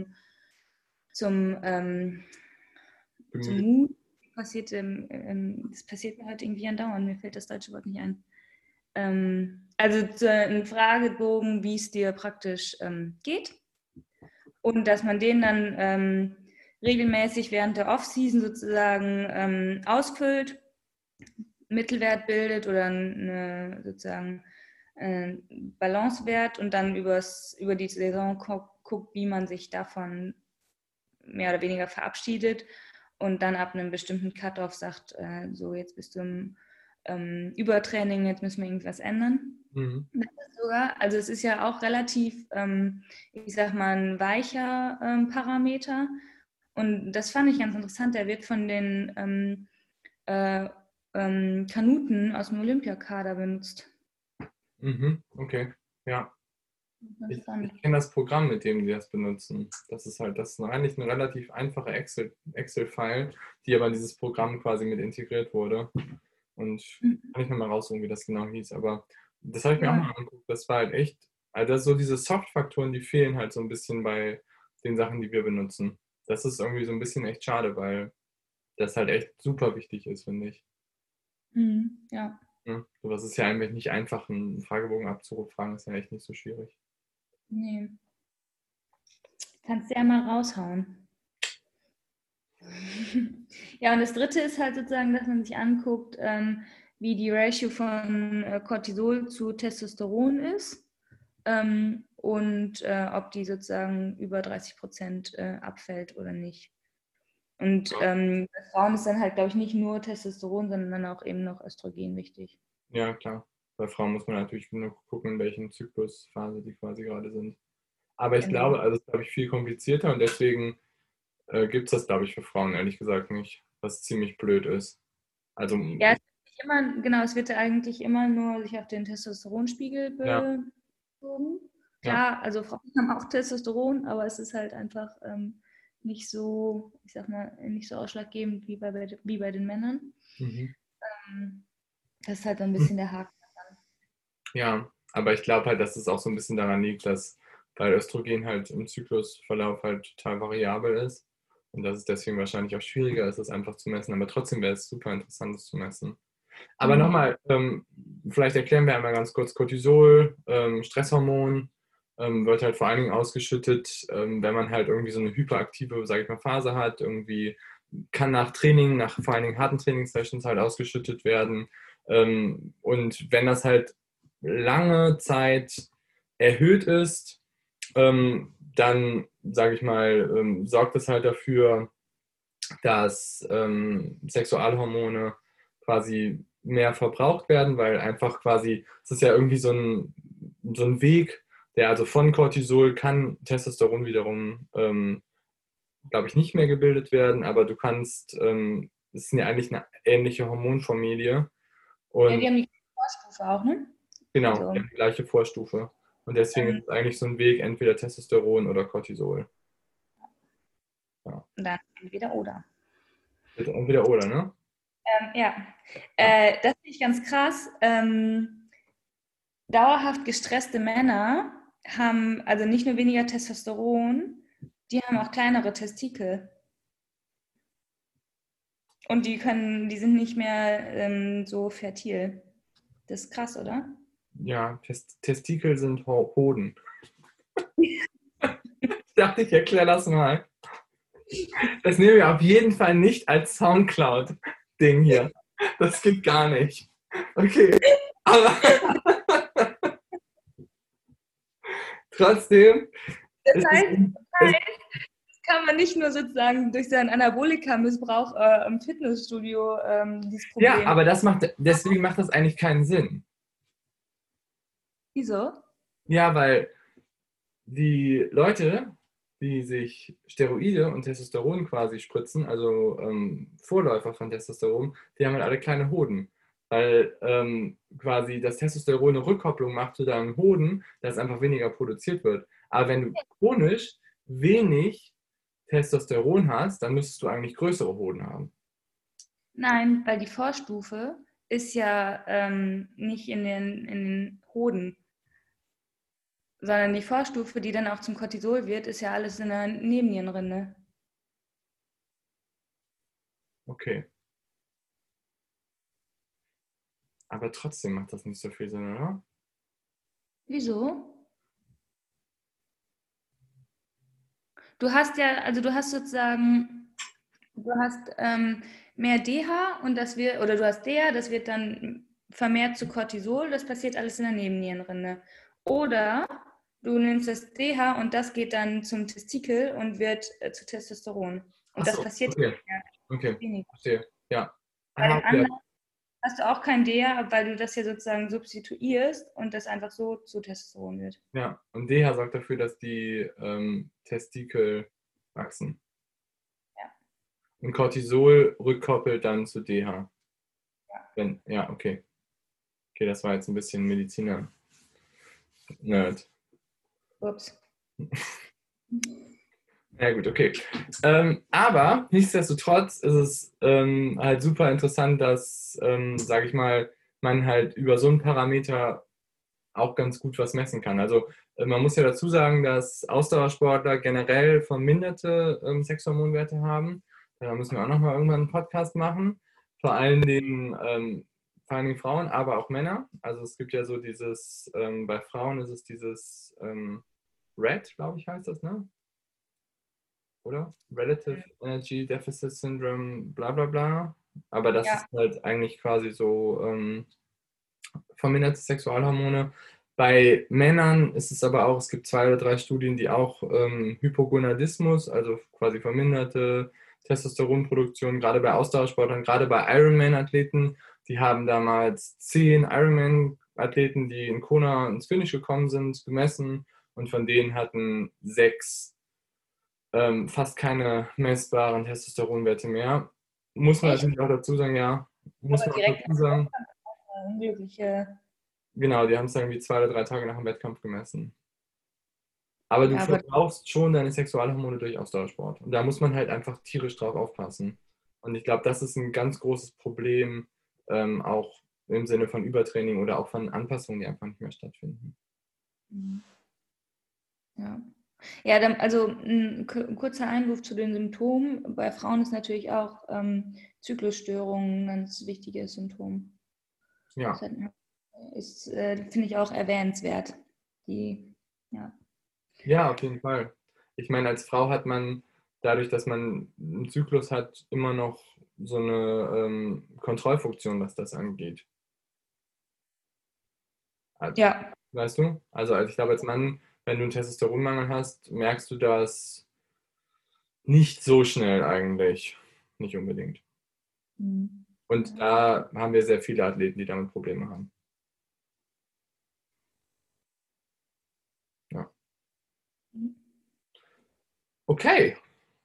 zum, zum Bemüht. Mut. Das passiert mir halt irgendwie andauernd, mir fällt das deutsche Wort nicht ein. Also ein Fragebogen, wie es dir praktisch geht. Und dass man den dann regelmäßig während der Off-Season sozusagen ausfüllt, Mittelwert bildet oder sozusagen Balancewert und dann über die Saison guckt, wie man sich davon mehr oder weniger verabschiedet und dann ab einem bestimmten Cut-off sagt, so jetzt bist du im Übertraining, jetzt müssen wir irgendwas ändern. Mhm. Sogar, also es ist ja auch relativ, ich sag mal, ein weicher Parameter. Und das fand ich ganz interessant. Der wird von den äh, Kanuten aus dem Olympiakader benutzt. Mhm. Okay, ja. Ganz spannend. Ich kenne das Programm, mit dem die das benutzen. Das ist eigentlich eine relativ einfache Excel-File, die aber in dieses Programm quasi mit integriert wurde. Und kann ich nochmal raussuchen, wie das genau hieß. Aber das habe ich mir auch Ja. mal angeguckt. Das war halt echt, also so diese Soft-Faktoren, die fehlen halt so ein bisschen bei den Sachen, die wir benutzen. Das ist irgendwie so ein bisschen echt schade, weil das halt echt super wichtig ist, finde ich. Ja. Sowas ist ja eigentlich nicht einfach, einen Fragebogen abzufragen, ist ja echt nicht so schwierig. Nee. Kannst du ja mal raushauen. Ja, und das Dritte ist halt sozusagen, dass man sich anguckt, wie die Ratio von Cortisol zu Testosteron ist und ob die sozusagen über 30% abfällt oder nicht. Und bei Frauen ist dann halt, glaube ich, nicht nur Testosteron, sondern dann auch eben noch Östrogen wichtig. Ja, klar. Bei Frauen muss man natürlich nur gucken, in welchen Zyklusphase die quasi gerade sind. Aber ich Genau. glaube, also es ist, glaube ich, viel komplizierter und deswegen gibt es das, glaube ich, für Frauen ehrlich gesagt nicht, was ziemlich blöd ist. Also, Ja, es wird nicht immer, genau, es wird eigentlich immer nur sich auf den Testosteronspiegel ja, bezogen. ja. Klar, also Frauen haben auch Testosteron, aber es ist halt einfach nicht so, ich sag mal, nicht so ausschlaggebend wie bei den Männern. Mhm. Das ist halt ein bisschen der Haken. Ja, aber ich glaube halt, dass es auch so ein bisschen daran liegt, dass, weil Östrogen halt im Zyklusverlauf halt total variabel ist und dass es deswegen wahrscheinlich auch schwieriger ist, es einfach zu messen. Aber trotzdem wäre es super interessant, es zu messen. Aber nochmal, vielleicht erklären wir einmal ganz kurz, Cortisol, Stresshormon, wird halt vor allen Dingen ausgeschüttet, wenn man halt irgendwie so eine hyperaktive, sage ich mal, Phase hat. Irgendwie kann nach Training, nach vor allen Dingen harten Trainingssessions halt ausgeschüttet werden. Und wenn das halt lange Zeit erhöht ist, dann, sage ich mal, sorgt es halt dafür, dass Sexualhormone quasi mehr verbraucht werden, weil einfach quasi, es ist ja irgendwie so ein Weg, der also von Cortisol kann Testosteron wiederum, glaube ich, nicht mehr gebildet werden, aber du kannst, es ist ja eigentlich eine ähnliche Hormonfamilie Ja, die und haben die Vorstufe auch, ne? genau, die Also, haben die gleiche Vorstufe. Und deswegen ist es eigentlich so ein Weg, entweder Testosteron oder Cortisol. Ja. dann entweder oder. Entweder oder, ne? Ja, Ja. das finde ich ganz krass. Dauerhaft gestresste Männer haben also nicht nur weniger Testosteron, die haben auch kleinere Testikel. Und die sind nicht mehr so fertil. Das ist krass, oder? Ja, Testikel sind Hoden. Ich dachte, ich erkläre das mal. Das nehmen wir auf jeden Fall nicht als Soundcloud-Ding hier. Das geht gar nicht. Okay. Aber trotzdem Das ist heißt, es kann man nicht nur sozusagen durch seinen Anabolika-Missbrauch im Fitnessstudio dieses ja, Problem. aber deswegen macht das eigentlich keinen Sinn. Wieso? Ja, weil die Leute, die sich Steroide und Testosteron quasi spritzen, also Vorläufer von Testosteron, die haben halt alle kleine Hoden. Weil quasi das Testosteron eine Rückkopplung macht zu deinem Hoden, dass einfach weniger produziert wird. Aber wenn du chronisch wenig Testosteron hast, dann müsstest du eigentlich größere Hoden haben. Nein, weil die Vorstufe ist ja nicht in den Hoden, sondern die Vorstufe, die dann auch zum Cortisol wird, ist ja alles in der Nebennierenrinde. Okay. Aber trotzdem macht das nicht so viel Sinn, oder? Wieso? Du hast ja, also du hast sozusagen, du hast mehr DH und das wird, oder du hast DH, das wird dann vermehrt zu Cortisol, das passiert alles in der Nebennierenrinde. Oder du nimmst das DH und das geht dann zum Testikel und wird zu Testosteron. Und das Achso, passiert okay. ja Okay, weniger. verstehe. Ja. Bei Ah, dem okay. anderen hast du auch kein DH, weil du das ja sozusagen substituierst und das einfach so zu Testosteron wird. Ja, und DH sorgt dafür, dass die Testikel wachsen. Ja. Und Cortisol rückkoppelt dann zu DH. Ja. Wenn, ja, okay. Okay, das war jetzt ein bisschen Mediziner-Nerd. Ups. Ja gut, okay. Aber nichtsdestotrotz ist es halt super interessant, dass, sage ich mal, man halt über so einen Parameter auch ganz gut was messen kann. Also man muss ja dazu sagen, dass Ausdauersportler generell verminderte Sexhormonwerte haben. Da müssen wir auch nochmal irgendwann einen Podcast machen. Vor allen Dingen vor allem Frauen, aber auch Männer. Also es gibt ja so dieses, bei Frauen ist es dieses RED, glaube ich, heißt das, ne? Oder? Relative Energy Deficit Syndrome, bla bla bla. Aber das ist Ja, halt eigentlich quasi so verminderte Sexualhormone. Bei Männern ist es aber auch, es gibt 2 oder 3 Studien, die auch Hypogonadismus, also quasi verminderte Testosteronproduktion, gerade bei Ausdauersportlern, gerade bei Ironman-Athleten, die haben damals 10 Ironman-Athleten, die in Kona ins Finish gekommen sind, gemessen und von denen hatten 6 fast keine messbaren Testosteronwerte mehr. Muss man echt? natürlich auch dazu sagen, ja, muss Aber man auch direkt dazu sagen, eine unglückliche. genau, die haben es dann irgendwie 2 oder 3 Tage nach dem Wettkampf gemessen. Aber du Ja, aber verbrauchst schon deine Sexualhormone durch Ausdauersport. Und da muss man halt einfach tierisch drauf aufpassen. Und ich glaube, das ist ein ganz großes Problem, auch im Sinne von Übertraining oder auch von Anpassungen, die einfach nicht mehr stattfinden. ja. Ja, dann, also ein kurzer Einwurf zu den Symptomen. Bei Frauen ist natürlich auch Zyklusstörungen ein ganz wichtiges Symptom. Das Ja, ist, finde ich auch erwähnenswert. Die, ja. ja, auf jeden Fall. Ich meine, als Frau hat man dadurch, dass man einen Zyklus hat, immer noch so eine Kontrollfunktion, was das angeht. Ja, Weißt du? Also ich glaube, als Mann, wenn du einen Testosteronmangel hast, merkst du das nicht so schnell eigentlich. Nicht unbedingt. mhm. Und da haben wir sehr viele Athleten, die damit Probleme haben. Ja. Okay,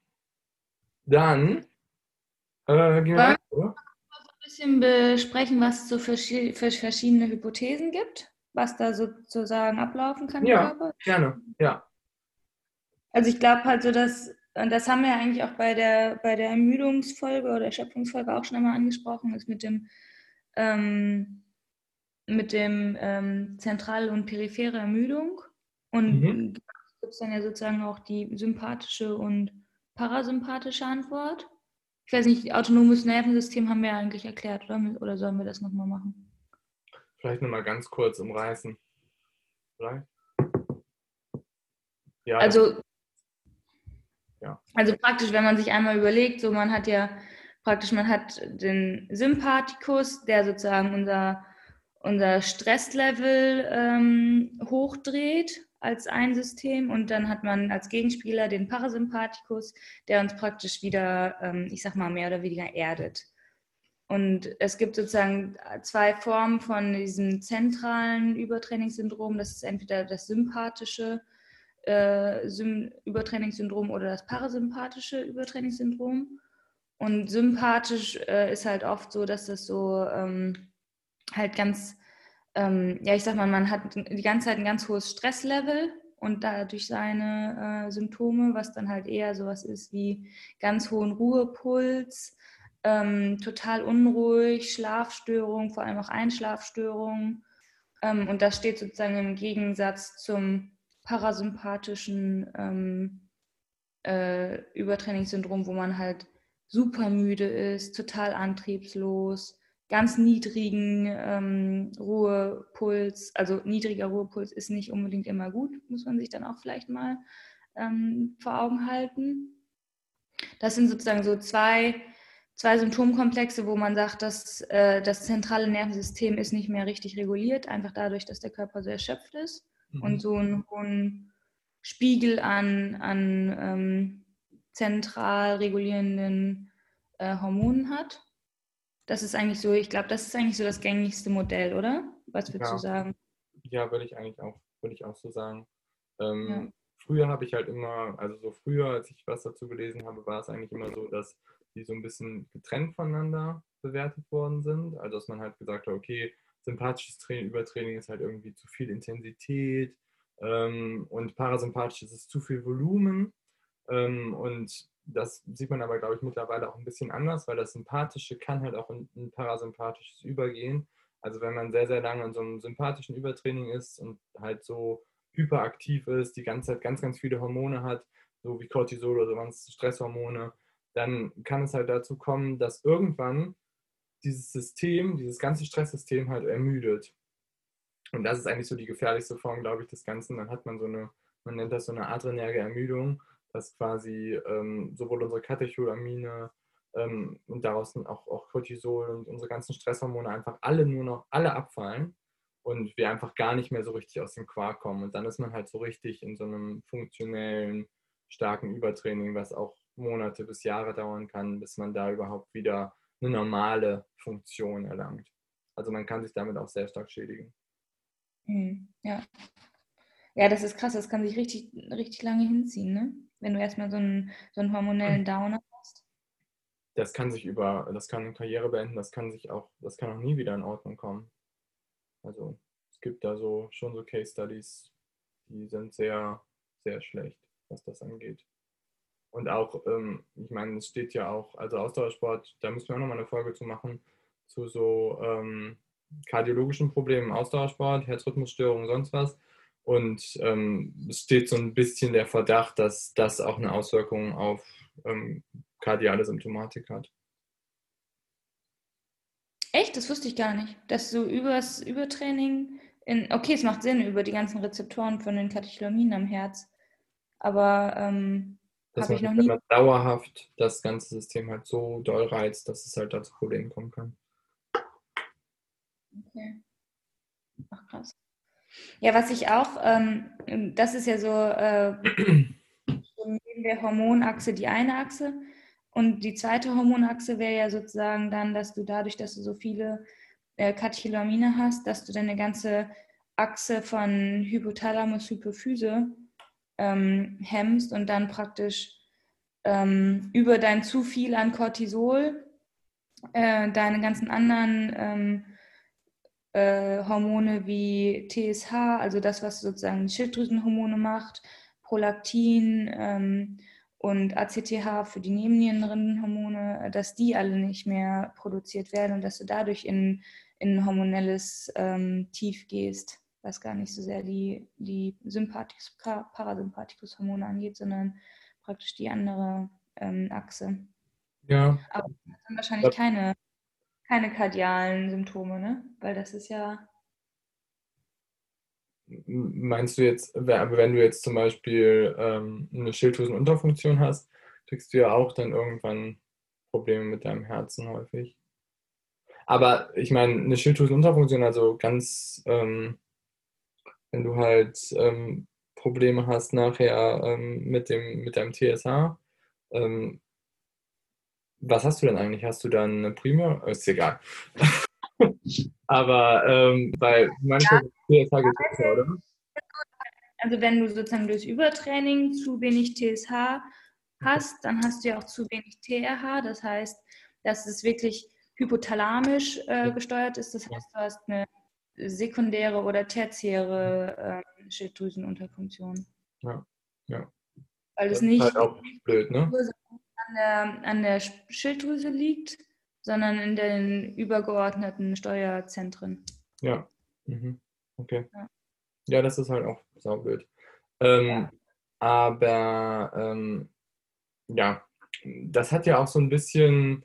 dann gehen wir Wollen wir weiter, oder? ein bisschen besprechen, was es so für verschiedene Hypothesen gibt, was da sozusagen ablaufen kann im Ja, Körper? gerne. Ja. Also ich glaube halt so, dass, und das haben wir ja eigentlich auch bei der Ermüdungsfolge oder Erschöpfungsfolge auch schon einmal angesprochen, ist mit dem zentrale und periphere Ermüdung. Mhm. Und gibt es dann ja sozusagen auch die sympathische und parasympathische Antwort. Ich weiß nicht, autonomes Nervensystem haben wir ja eigentlich erklärt, oder? Oder sollen wir das nochmal machen? Vielleicht nochmal ganz kurz umreißen. Vielleicht? Ja, das, Also, ja. also praktisch, wenn man sich einmal überlegt, so man hat ja praktisch, man hat den Sympathikus, der sozusagen unser Stresslevel hochdreht als ein System und dann hat man als Gegenspieler den Parasympathikus, der uns praktisch wieder, ich sag mal, mehr oder weniger erdet. Und es gibt sozusagen 2 Formen von diesem zentralen Übertrainingssyndrom. Das ist entweder das sympathische Übertrainingssyndrom oder das parasympathische Übertrainingssyndrom. Und sympathisch ist halt oft so, dass das so halt ganz, ja, ich sag mal, man hat die ganze Zeit ein ganz hohes Stresslevel und dadurch seine Symptome, was dann halt eher sowas ist wie ganz hohen Ruhepuls, total unruhig, Schlafstörungen, vor allem auch Einschlafstörungen. Und das steht sozusagen im Gegensatz zum parasympathischen Übertrainingssyndrom, wo man halt super müde ist, total antriebslos, ganz niedrigen Ruhepuls. Also niedriger Ruhepuls ist nicht unbedingt immer gut, muss man sich dann auch vielleicht mal vor Augen halten. Das sind sozusagen so zwei Symptomkomplexe, wo man sagt, dass das zentrale Nervensystem ist nicht mehr richtig reguliert, einfach dadurch, dass der Körper so erschöpft ist und Mhm. so einen hohen Spiegel an zentral regulierenden Hormonen hat. Das ist eigentlich so, ich glaube, das ist eigentlich so das gängigste Modell, oder? Was würdest du Ja, sagen? ja, würde ich auch so sagen. Ja. Früher habe ich halt immer, also so früher, als ich was dazu gelesen habe, war es eigentlich immer so, dass die so ein bisschen getrennt voneinander bewertet worden sind. Also dass man halt gesagt hat, okay, sympathisches Training, Übertraining ist halt irgendwie zu viel Intensität und parasympathisch ist es zu viel Volumen. Und das sieht man aber, glaube ich, mittlerweile auch ein bisschen anders, weil das Sympathische kann halt auch in ein parasympathisches übergehen. Also wenn man sehr, sehr lange in so einem sympathischen Übertraining ist und halt so hyperaktiv ist, die ganze Zeit ganz, ganz viele Hormone hat, so wie Cortisol oder so ganz Stresshormone, dann kann es halt dazu kommen, dass irgendwann dieses System, dieses ganze Stresssystem halt ermüdet. Und das ist eigentlich so die gefährlichste Form, glaube ich, des Ganzen. Dann hat man so eine, man nennt das so eine adrenerge Ermüdung, dass quasi sowohl unsere Katecholamine und daraus auch Cortisol und unsere ganzen Stresshormone einfach alle abfallen und wir einfach gar nicht mehr so richtig aus dem Quark kommen. Und dann ist man halt so richtig in so einem funktionellen, starken Übertraining, was auch Monate bis Jahre dauern kann, bis man da überhaupt wieder eine normale Funktion erlangt. Also man kann sich damit auch sehr stark schädigen. Ja. Ja, das ist krass, das kann sich richtig, richtig lange hinziehen, ne? Wenn du erstmal so einen hormonellen Downer hast. Das kann das kann eine Karriere beenden, das kann auch nie wieder in Ordnung kommen. Also es gibt da so schon so Case Studies, die sind sehr, sehr schlecht, was das angeht. Und auch, ich meine, es steht ja auch, also Ausdauersport, da müssen wir auch nochmal eine Folge zu machen, zu so kardiologischen Problemen im Ausdauersport, Herzrhythmusstörungen, sonst was. Und es steht so ein bisschen der Verdacht, dass das auch eine Auswirkung auf kardiale Symptomatik hat. Echt? Das wusste ich gar nicht. Dass du übers Übertraining okay, es macht Sinn über die ganzen Rezeptoren von den Katecholaminen am Herz. Aber Dass habe man ich noch wenn nie. man dauerhaft das ganze System halt so doll reizt, dass es halt da zu Problemen kommen kann. Okay. Ach krass. Ja, was ich auch, das ist ja so neben der Hormonachse die eine Achse. Und die zweite Hormonachse wäre ja sozusagen dann, dass du dadurch, dass du so viele Katecholamine hast, dass du deine ganze Achse von Hypothalamus, Hypophyse hemmst und dann praktisch über dein zu viel an Cortisol deine ganzen anderen Hormone wie TSH, also das, was sozusagen die Schilddrüsenhormone macht, Prolaktin und ACTH für die Nebennierenrindhormone, dass die alle nicht mehr produziert werden und dass du dadurch in ein hormonelles Tief gehst, was gar nicht so sehr die Parasympathikus-Hormone angeht, sondern praktisch die andere Achse. Ja, Aber das sind wahrscheinlich keine kardialen Symptome, ne? Weil das ist ja. meinst du jetzt, aber wenn du jetzt zum Beispiel eine Schilddrüsenunterfunktion hast, kriegst du ja auch dann irgendwann Probleme mit deinem Herzen häufig. Aber ich meine, eine Schilddrüsenunterfunktion, also ganz, wenn du halt Probleme hast nachher mit deinem TSH, ähm, was hast du denn eigentlich? Hast du dann eine Prima? Ist egal. Aber weil manchmal TSH geht es ja, oder? Also wenn du sozusagen durch Übertraining zu wenig TSH hast, dann hast du ja auch zu wenig TRH. Das heißt, dass es wirklich hypothalamisch gesteuert ist. Das heißt, du hast eine sekundäre oder tertiäre Schilddrüsenunterfunktion. Ja, ja. Weil es Das ist halt nicht auch blöd, ne? an der Schilddrüse liegt, sondern in den übergeordneten Steuerzentren. Ja. Mhm. Okay. Ja. Ja, das ist halt auch saublöd. Ähm, Ja. aber ja, das hat ja auch so ein bisschen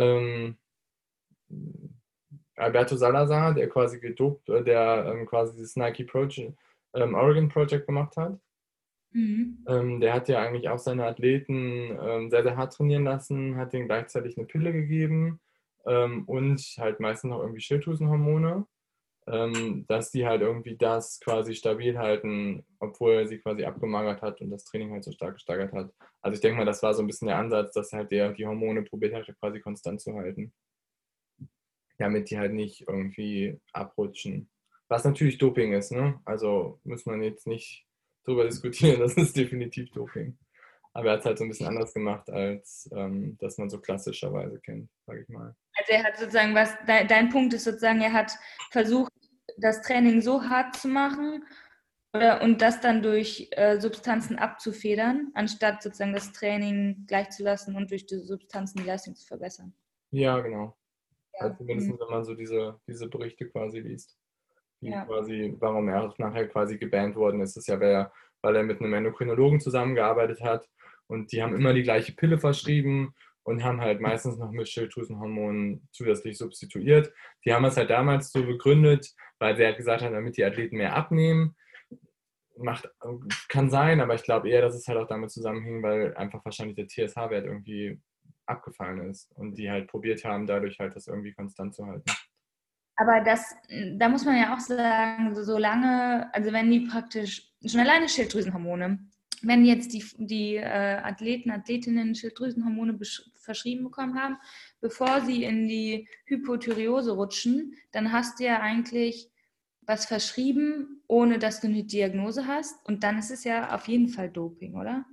Alberto Salazar, der quasi der quasi dieses Nike Project, Oregon Project gemacht hat. Mhm. Der hat ja eigentlich auch seine Athleten sehr, sehr hart trainieren lassen, hat denen gleichzeitig eine Pille gegeben und halt meistens noch irgendwie Schilddrüsenhormone, dass die halt irgendwie das quasi stabil halten, obwohl er sie quasi abgemagert hat und das Training halt so stark gesteigert hat. Also ich denke mal, das war so ein bisschen der Ansatz, dass halt der die Hormone probiert hat, quasi konstant zu halten, damit die halt nicht irgendwie abrutschen. Was natürlich Doping ist, ne? Also muss man jetzt nicht drüber diskutieren, das ist definitiv Doping. Aber er hat es halt so ein bisschen anders gemacht, als das man so klassischerweise kennt, sage ich mal. Also er hat sozusagen dein Punkt ist sozusagen, er hat versucht, das Training so hart zu machen und das dann durch Substanzen abzufedern, anstatt sozusagen das Training gleichzulassen und durch die Substanzen die Leistung zu verbessern. Ja, genau. Also Ja. zumindest wenn man so diese Berichte quasi liest, die Ja. quasi, warum er auch nachher quasi gebannt worden ist, ist ja, weil er mit einem Endokrinologen zusammengearbeitet hat und die haben immer die gleiche Pille verschrieben und haben halt meistens noch mit Schilddrüsenhormonen zusätzlich substituiert. Die haben es halt damals so begründet, weil sie halt gesagt haben, damit die Athleten mehr abnehmen. Kann sein, aber ich glaube eher, dass es halt auch damit zusammenhing, weil einfach wahrscheinlich der TSH-Wert irgendwie abgefallen ist und die halt probiert haben, dadurch halt das irgendwie konstant zu halten. Aber da muss man ja auch sagen, solange, also wenn die praktisch, schon alleine Schilddrüsenhormone, wenn jetzt die Athletinnen Schilddrüsenhormone verschrieben bekommen haben, bevor sie in die Hypothyreose rutschen, dann hast du ja eigentlich was verschrieben, ohne dass du eine Diagnose hast. Und dann ist es ja auf jeden Fall Doping, oder?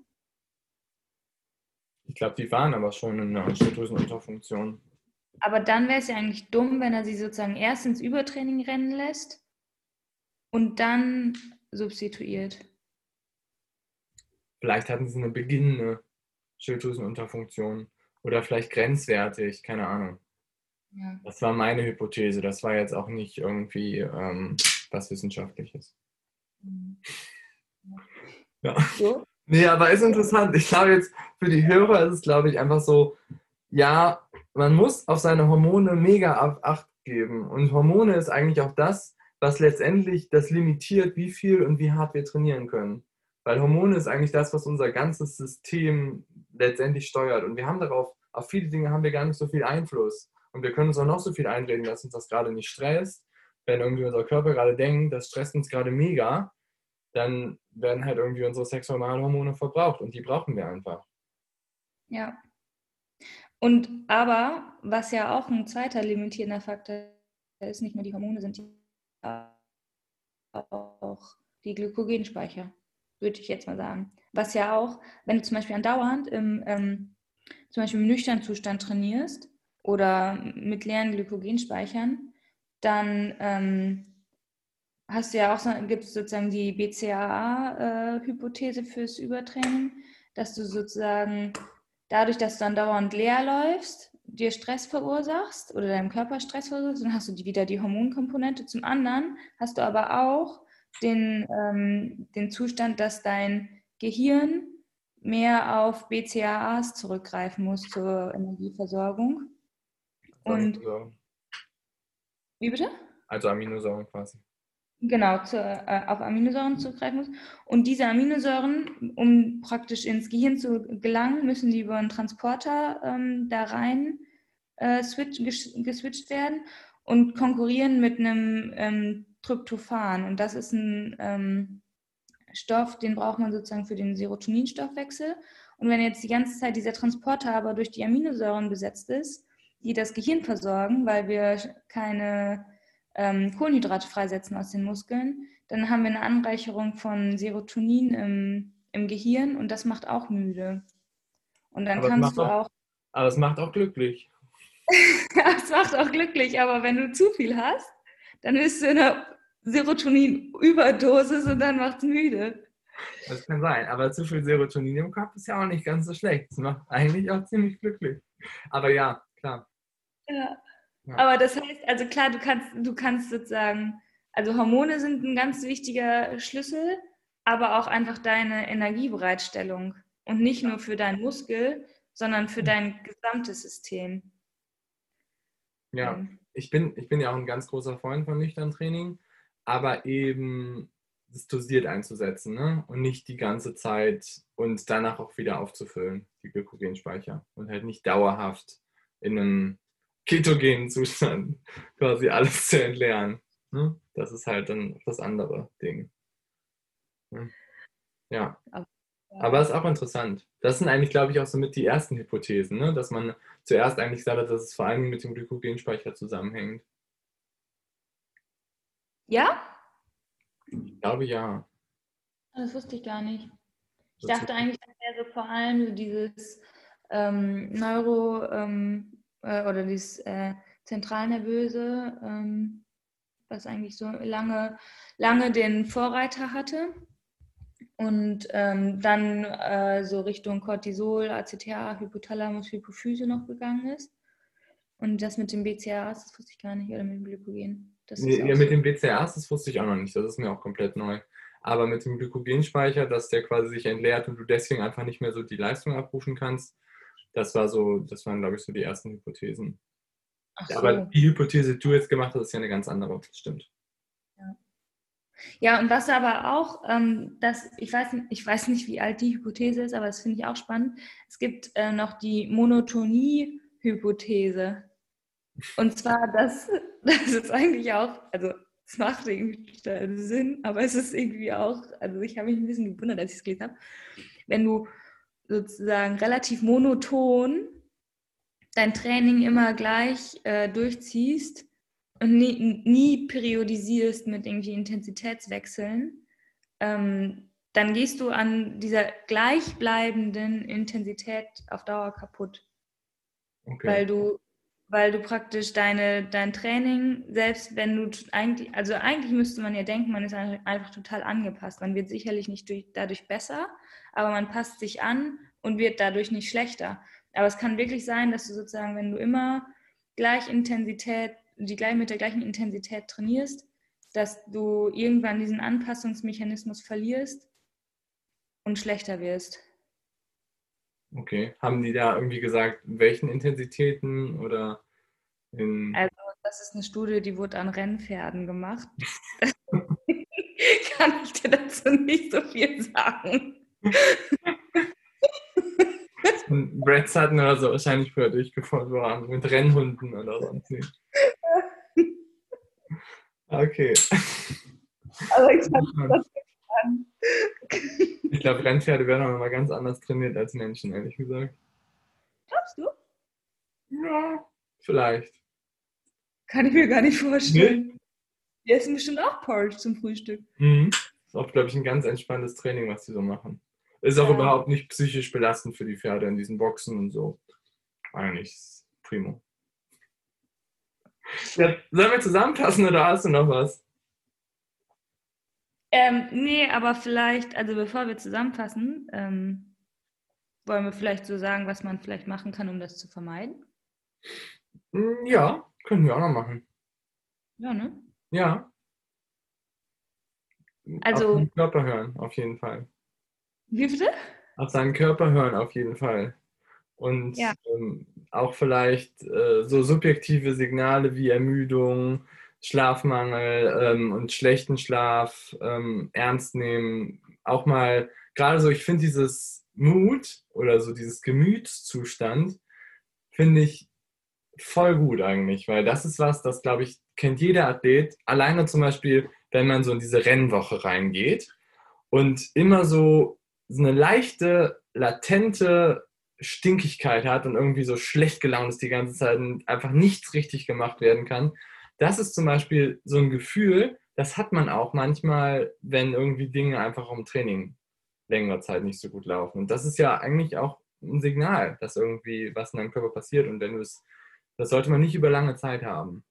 Ich glaube, die waren aber schon in einer Schilddrüsenunterfunktion. Aber dann wäre es ja eigentlich dumm, wenn er sie sozusagen erst ins Übertraining rennen lässt und dann substituiert. Vielleicht hatten sie eine beginnende Schilddrüsenunterfunktion oder vielleicht grenzwertig, keine Ahnung. Ja. Das war meine Hypothese, das war jetzt auch nicht irgendwie was Wissenschaftliches. Ja. So? Nee, aber ist interessant. Ich glaube jetzt, für die Hörer ist es, glaube ich, einfach so, ja, man muss auf seine Hormone mega Acht geben. Und Hormone ist eigentlich auch das, was letztendlich das limitiert, wie viel und wie hart wir trainieren können. Weil Hormone ist eigentlich das, was unser ganzes System letztendlich steuert. Und wir haben darauf, auf viele Dinge haben wir gar nicht so viel Einfluss. Und wir können uns auch noch so viel einreden, dass uns das gerade nicht stresst. Wenn irgendwie unser Körper gerade denkt, das stresst uns gerade mega, dann werden halt irgendwie unsere Sexualhormone verbraucht und die brauchen wir einfach. Ja. Und aber, was ja auch ein zweiter limitierender Faktor ist, nicht nur die Hormone, sind auch die Glykogenspeicher, würde ich jetzt mal sagen. Was ja auch, wenn du zum Beispiel andauernd zum Beispiel im nüchternen Zustand trainierst oder mit leeren Glykogenspeichern, dann hast du ja auch gibt es sozusagen die BCAA-Hypothese fürs Übertraining, dass du sozusagen dadurch, dass du dann dauernd leer läufst, dir Stress verursachst oder deinem Körper Stress verursachst, dann hast du wieder die Hormonkomponente. Zum anderen hast du aber auch den Zustand, dass dein Gehirn mehr auf BCAAs zurückgreifen muss zur Energieversorgung. Und Aminosäuren. wie bitte? Also Aminosäuren quasi. Genau, auf Aminosäuren zugreifen muss. Und diese Aminosäuren, um praktisch ins Gehirn zu gelangen, müssen die über einen Transporter da rein geswitcht werden und konkurrieren mit einem Tryptophan. Und das ist ein Stoff, den braucht man sozusagen für den Serotoninstoffwechsel. Und wenn jetzt die ganze Zeit dieser Transporter aber durch die Aminosäuren besetzt ist, die das Gehirn versorgen, weil wir keine Kohlenhydrate freisetzen aus den Muskeln, dann haben wir eine Anreicherung von Serotonin im Gehirn und das macht auch müde. Und dann kannst du auch. Aber es macht auch glücklich. Ja, es macht auch glücklich, aber wenn du zu viel hast, dann bist du in einer Serotonin-Überdosis und dann macht es müde. Das kann sein, aber zu viel Serotonin im Kopf ist ja auch nicht ganz so schlecht. Es macht eigentlich auch ziemlich glücklich. Aber ja, klar. Ja. Aber das heißt, also klar, du kannst sozusagen, also Hormone sind ein ganz wichtiger Schlüssel, aber auch einfach deine Energiebereitstellung und nicht nur für deinen Muskel, sondern für dein gesamtes System. Ja, ich bin ja auch ein ganz großer Freund von nüchtern Training, aber eben es dosiert einzusetzen, ne? Und nicht die ganze Zeit und danach auch wieder aufzufüllen, die Glykogenspeicher. Und halt nicht dauerhaft in einem ketogenen Zustand quasi alles zu entleeren. Ne? Das ist halt dann das andere Ding. Ja. Aber es ist auch interessant. Das sind eigentlich, glaube ich, auch so mit die ersten Hypothesen, ne? Dass man zuerst eigentlich gesagt hat, dass es vor allem mit dem Glykogenspeicher zusammenhängt. Ja? Ich glaube ja. Das wusste ich gar nicht. Ich dachte eigentlich, das wäre so vor allem so dieses oder dieses Zentralnervöse, was eigentlich so lange den Vorreiter hatte. Und dann so Richtung Cortisol, ACTH, Hypothalamus, Hypophyse noch gegangen ist. Und das mit dem BCAAs, das wusste ich gar nicht, oder mit dem Glykogen. Ja, mit dem BCAAs, das wusste ich auch noch nicht. Das ist mir auch komplett neu. Aber mit dem Glykogenspeicher, dass der quasi sich entleert und du deswegen einfach nicht mehr so die Leistung abrufen kannst, Das waren, glaube ich, so die ersten Hypothesen. Ach Aber so. die Hypothese, die du jetzt gemacht hast, ist ja eine ganz andere. Das stimmt. Ja, und was aber auch, ich weiß nicht, wie alt die Hypothese ist, aber das finde ich auch spannend. Es gibt noch die Monotonie-Hypothese. Und zwar, das ist eigentlich auch, also es macht irgendwie total Sinn, aber es ist irgendwie auch, also ich habe mich ein bisschen gewundert, als ich es gelesen habe, wenn du sozusagen relativ monoton dein Training immer gleich durchziehst und nie periodisierst mit irgendwie Intensitätswechseln, dann gehst du an dieser gleichbleibenden Intensität auf Dauer kaputt. Okay. Weil du praktisch dein Training, selbst wenn du eigentlich müsste man ja denken, man ist einfach total angepasst. Man wird sicherlich nicht dadurch besser, aber man passt sich an und wird dadurch nicht schlechter. Aber es kann wirklich sein, dass du sozusagen, wenn du immer mit der gleichen Intensität trainierst, dass du irgendwann diesen Anpassungsmechanismus verlierst und schlechter wirst. Okay. Haben die da irgendwie gesagt, in welchen Intensitäten oder in. Also das ist eine Studie, die wurde an Rennpferden gemacht. Kann ich dir dazu nicht so viel sagen. Und Brad Sutton oder so wahrscheinlich früher durchgeführt worden mit Rennhunden oder sonst nicht. Okay. Aber ich kann das an. Ich glaube, Rennpferde werden auch mal ganz anders trainiert als Menschen, ehrlich gesagt. Glaubst du? Ja, vielleicht. Kann ich mir gar nicht Nee? vorstellen. Die essen bestimmt auch Porridge zum Frühstück. Mhm. Ist auch, glaube ich, ein ganz entspanntes Training, was die so machen. Ist auch Ja. überhaupt nicht psychisch belastend für die Pferde in diesen Boxen und so. Eigentlich ist primo. Ja, sollen wir zusammenfassen oder hast du noch was? Nee, aber vielleicht, also bevor wir zusammenfassen, wollen wir vielleicht so sagen, was man vielleicht machen kann, um das zu vermeiden? Ja, können wir auch noch machen. Ja, ne? Ja, auf Also, seinen Körper hören, auf jeden Fall. wie bitte? Auf seinen Körper hören, auf jeden Fall. Und Ja. auch vielleicht so subjektive Signale wie Ermüdung, Schlafmangel und schlechten Schlaf ernst nehmen. Auch mal, gerade so, ich finde dieses Mut oder so dieses Gemütszustand, finde ich voll gut eigentlich, weil das ist was, das glaube ich, kennt jeder Athlet. Alleine zum Beispiel, wenn man so in diese Rennwoche reingeht und immer so eine leichte, latente Stinkigkeit hat und irgendwie so schlecht gelaunt ist die ganze Zeit und einfach nichts richtig gemacht werden kann. Das ist zum Beispiel so ein Gefühl, das hat man auch manchmal, wenn irgendwie Dinge einfach im Training längere Zeit nicht so gut laufen. Und das ist ja eigentlich auch ein Signal, dass irgendwie was in deinem Körper passiert. Und wenn du es, das sollte man nicht über lange Zeit haben.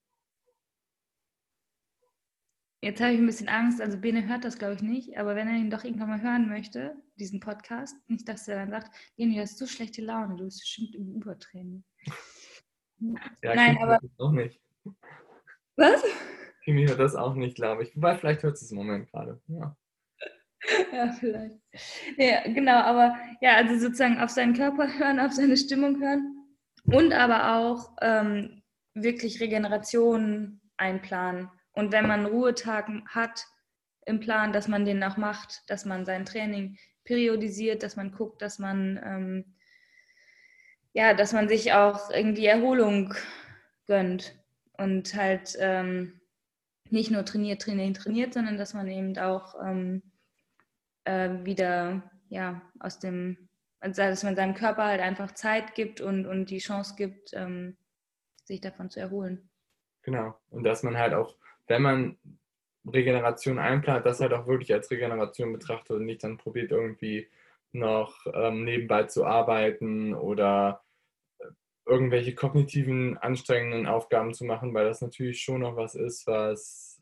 Jetzt habe ich ein bisschen Angst, also Bene hört das, glaube ich, nicht, aber wenn er ihn doch irgendwann mal hören möchte, diesen Podcast, nicht, dass er dann sagt, Bene, du hast so schlechte Laune, du bist bestimmt im Übertraining. Ja, Nein, Kimi aber hört das auch nicht. was? Kimi hört das auch nicht, glaube ich. Wobei, vielleicht hört es im Moment gerade. Ja. Ja, vielleicht. Ja, genau, aber ja, also sozusagen auf seinen Körper hören, auf seine Stimmung hören und aber auch wirklich Regeneration einplanen. Und wenn man einen Ruhetag hat im Plan, dass man den auch macht, dass man sein Training periodisiert, dass man guckt, dass man sich auch irgendwie Erholung gönnt und halt nicht nur trainiert, sondern dass man eben auch wieder also dass man seinem Körper halt einfach Zeit gibt und die Chance gibt, sich davon zu erholen. Genau. Und dass man halt auch, wenn man Regeneration einplant, das halt auch wirklich als Regeneration betrachtet und nicht dann probiert irgendwie noch nebenbei zu arbeiten oder irgendwelche kognitiven, anstrengenden Aufgaben zu machen, weil das natürlich schon noch was ist, was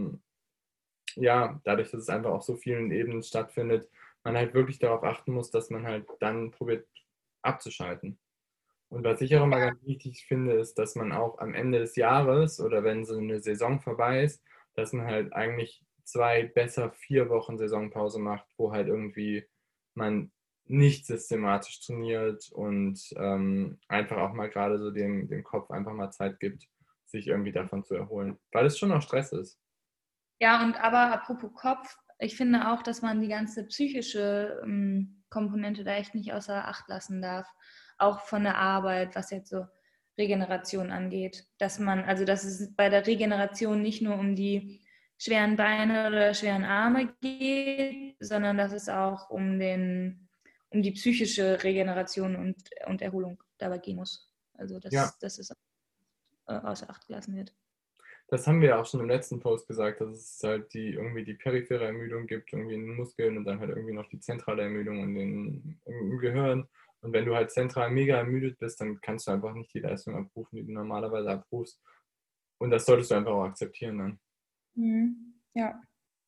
ja, dadurch, dass es einfach auf so vielen Ebenen stattfindet, man halt wirklich darauf achten muss, dass man halt dann probiert abzuschalten. Und was ich auch immer ganz wichtig finde, ist, dass man auch am Ende des Jahres oder wenn so eine Saison vorbei ist, dass man halt eigentlich 2, besser 4 Wochen Saisonpause macht, wo halt irgendwie man nicht systematisch trainiert und einfach auch mal gerade so dem Kopf einfach mal Zeit gibt, sich irgendwie davon zu erholen, weil es schon auch Stress ist. Ja, und aber apropos Kopf, ich finde auch, dass man die ganze psychische Komponente da echt nicht außer Acht lassen darf. Auch von der Arbeit, was jetzt so Regeneration angeht. Dass es bei der Regeneration nicht nur um die schweren Beine oder schweren Arme geht, sondern dass es auch um die psychische Regeneration und Erholung dabei gehen muss. Also Ja, dass es außer Acht gelassen wird. das haben wir ja auch schon im letzten Post gesagt, dass es halt irgendwie die periphere Ermüdung gibt, irgendwie in den Muskeln und dann halt irgendwie noch die zentrale Ermüdung im Gehirn. Und wenn du halt zentral mega ermüdet bist, dann kannst du einfach nicht die Leistung abrufen, die du normalerweise abrufst. Und das solltest du einfach auch akzeptieren dann. Mhm. Ja.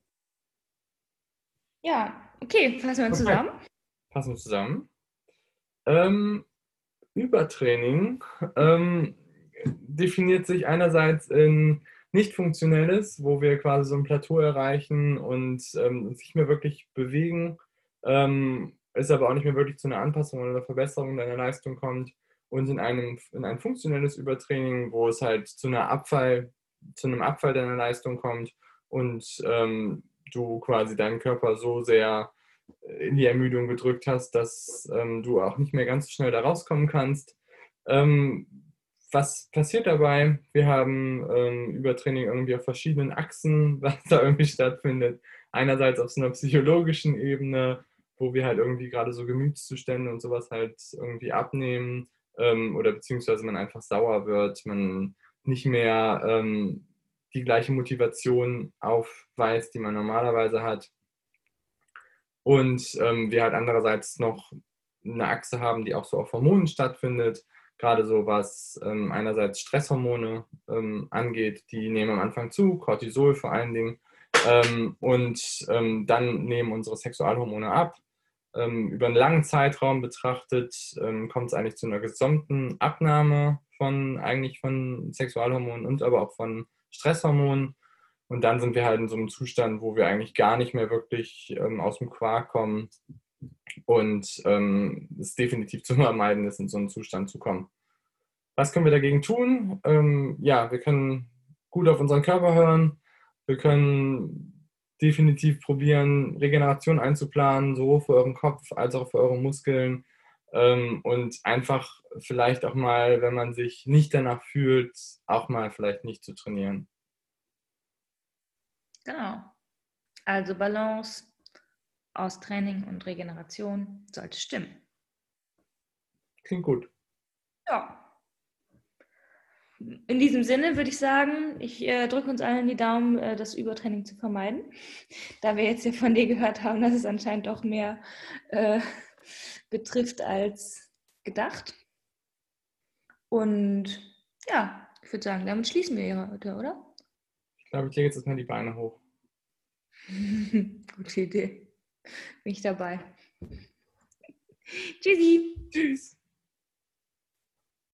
Ja, okay, fassen wir Okay, zusammen. passen wir zusammen. Ähm, Übertraining definiert sich einerseits in nicht funktionelles, wo wir quasi so ein Plateau erreichen und uns nicht mehr wirklich bewegen, es aber auch nicht mehr wirklich zu einer Anpassung oder einer Verbesserung deiner Leistung kommt. Und in ein funktionelles Übertraining, wo es halt zu einem Abfall deiner Leistung kommt und du quasi deinen Körper so sehr in die Ermüdung gedrückt hast, dass du auch nicht mehr ganz so schnell da rauskommen kannst. Ähm, Was passiert dabei? Wir haben Übertraining irgendwie auf verschiedenen Achsen, was da irgendwie stattfindet. Einerseits auf so einer psychologischen Ebene, wo wir halt irgendwie gerade so Gemütszustände und sowas halt irgendwie abnehmen oder beziehungsweise man einfach sauer wird, man nicht mehr die gleiche Motivation aufweist, die man normalerweise hat. Und wir halt andererseits noch eine Achse haben, die auch so auf Hormonen stattfindet. Gerade so was einerseits Stresshormone angeht, die nehmen am Anfang zu, Cortisol vor allen Dingen. Und dann nehmen unsere Sexualhormone ab. Über einen langen Zeitraum betrachtet kommt es eigentlich zu einer gesamten Abnahme von Sexualhormonen und aber auch von Stresshormonen. Und dann sind wir halt in so einem Zustand, wo wir eigentlich gar nicht mehr wirklich aus dem Quark kommen und es definitiv zu vermeiden ist, in so einen Zustand zu kommen. Was können wir dagegen tun? Ja, wir können gut auf unseren Körper hören. Wir können definitiv probieren, Regeneration einzuplanen, sowohl für euren Kopf als auch für eure Muskeln. Und einfach vielleicht auch mal, wenn man sich nicht danach fühlt, auch mal vielleicht nicht zu trainieren. Genau. Also Balance aus Training und Regeneration sollte stimmen. Klingt gut. Ja. In diesem Sinne würde ich sagen, ich drücke uns allen die Daumen, das Übertraining zu vermeiden. Da wir jetzt ja von dir gehört haben, dass es anscheinend doch mehr betrifft als gedacht. Und ja, ich würde sagen, damit schließen wir hier heute, oder? Ich glaube, ich lege jetzt erstmal die Beine hoch. Gute Idee. Bin ich dabei. Tschüssi. Tschüss.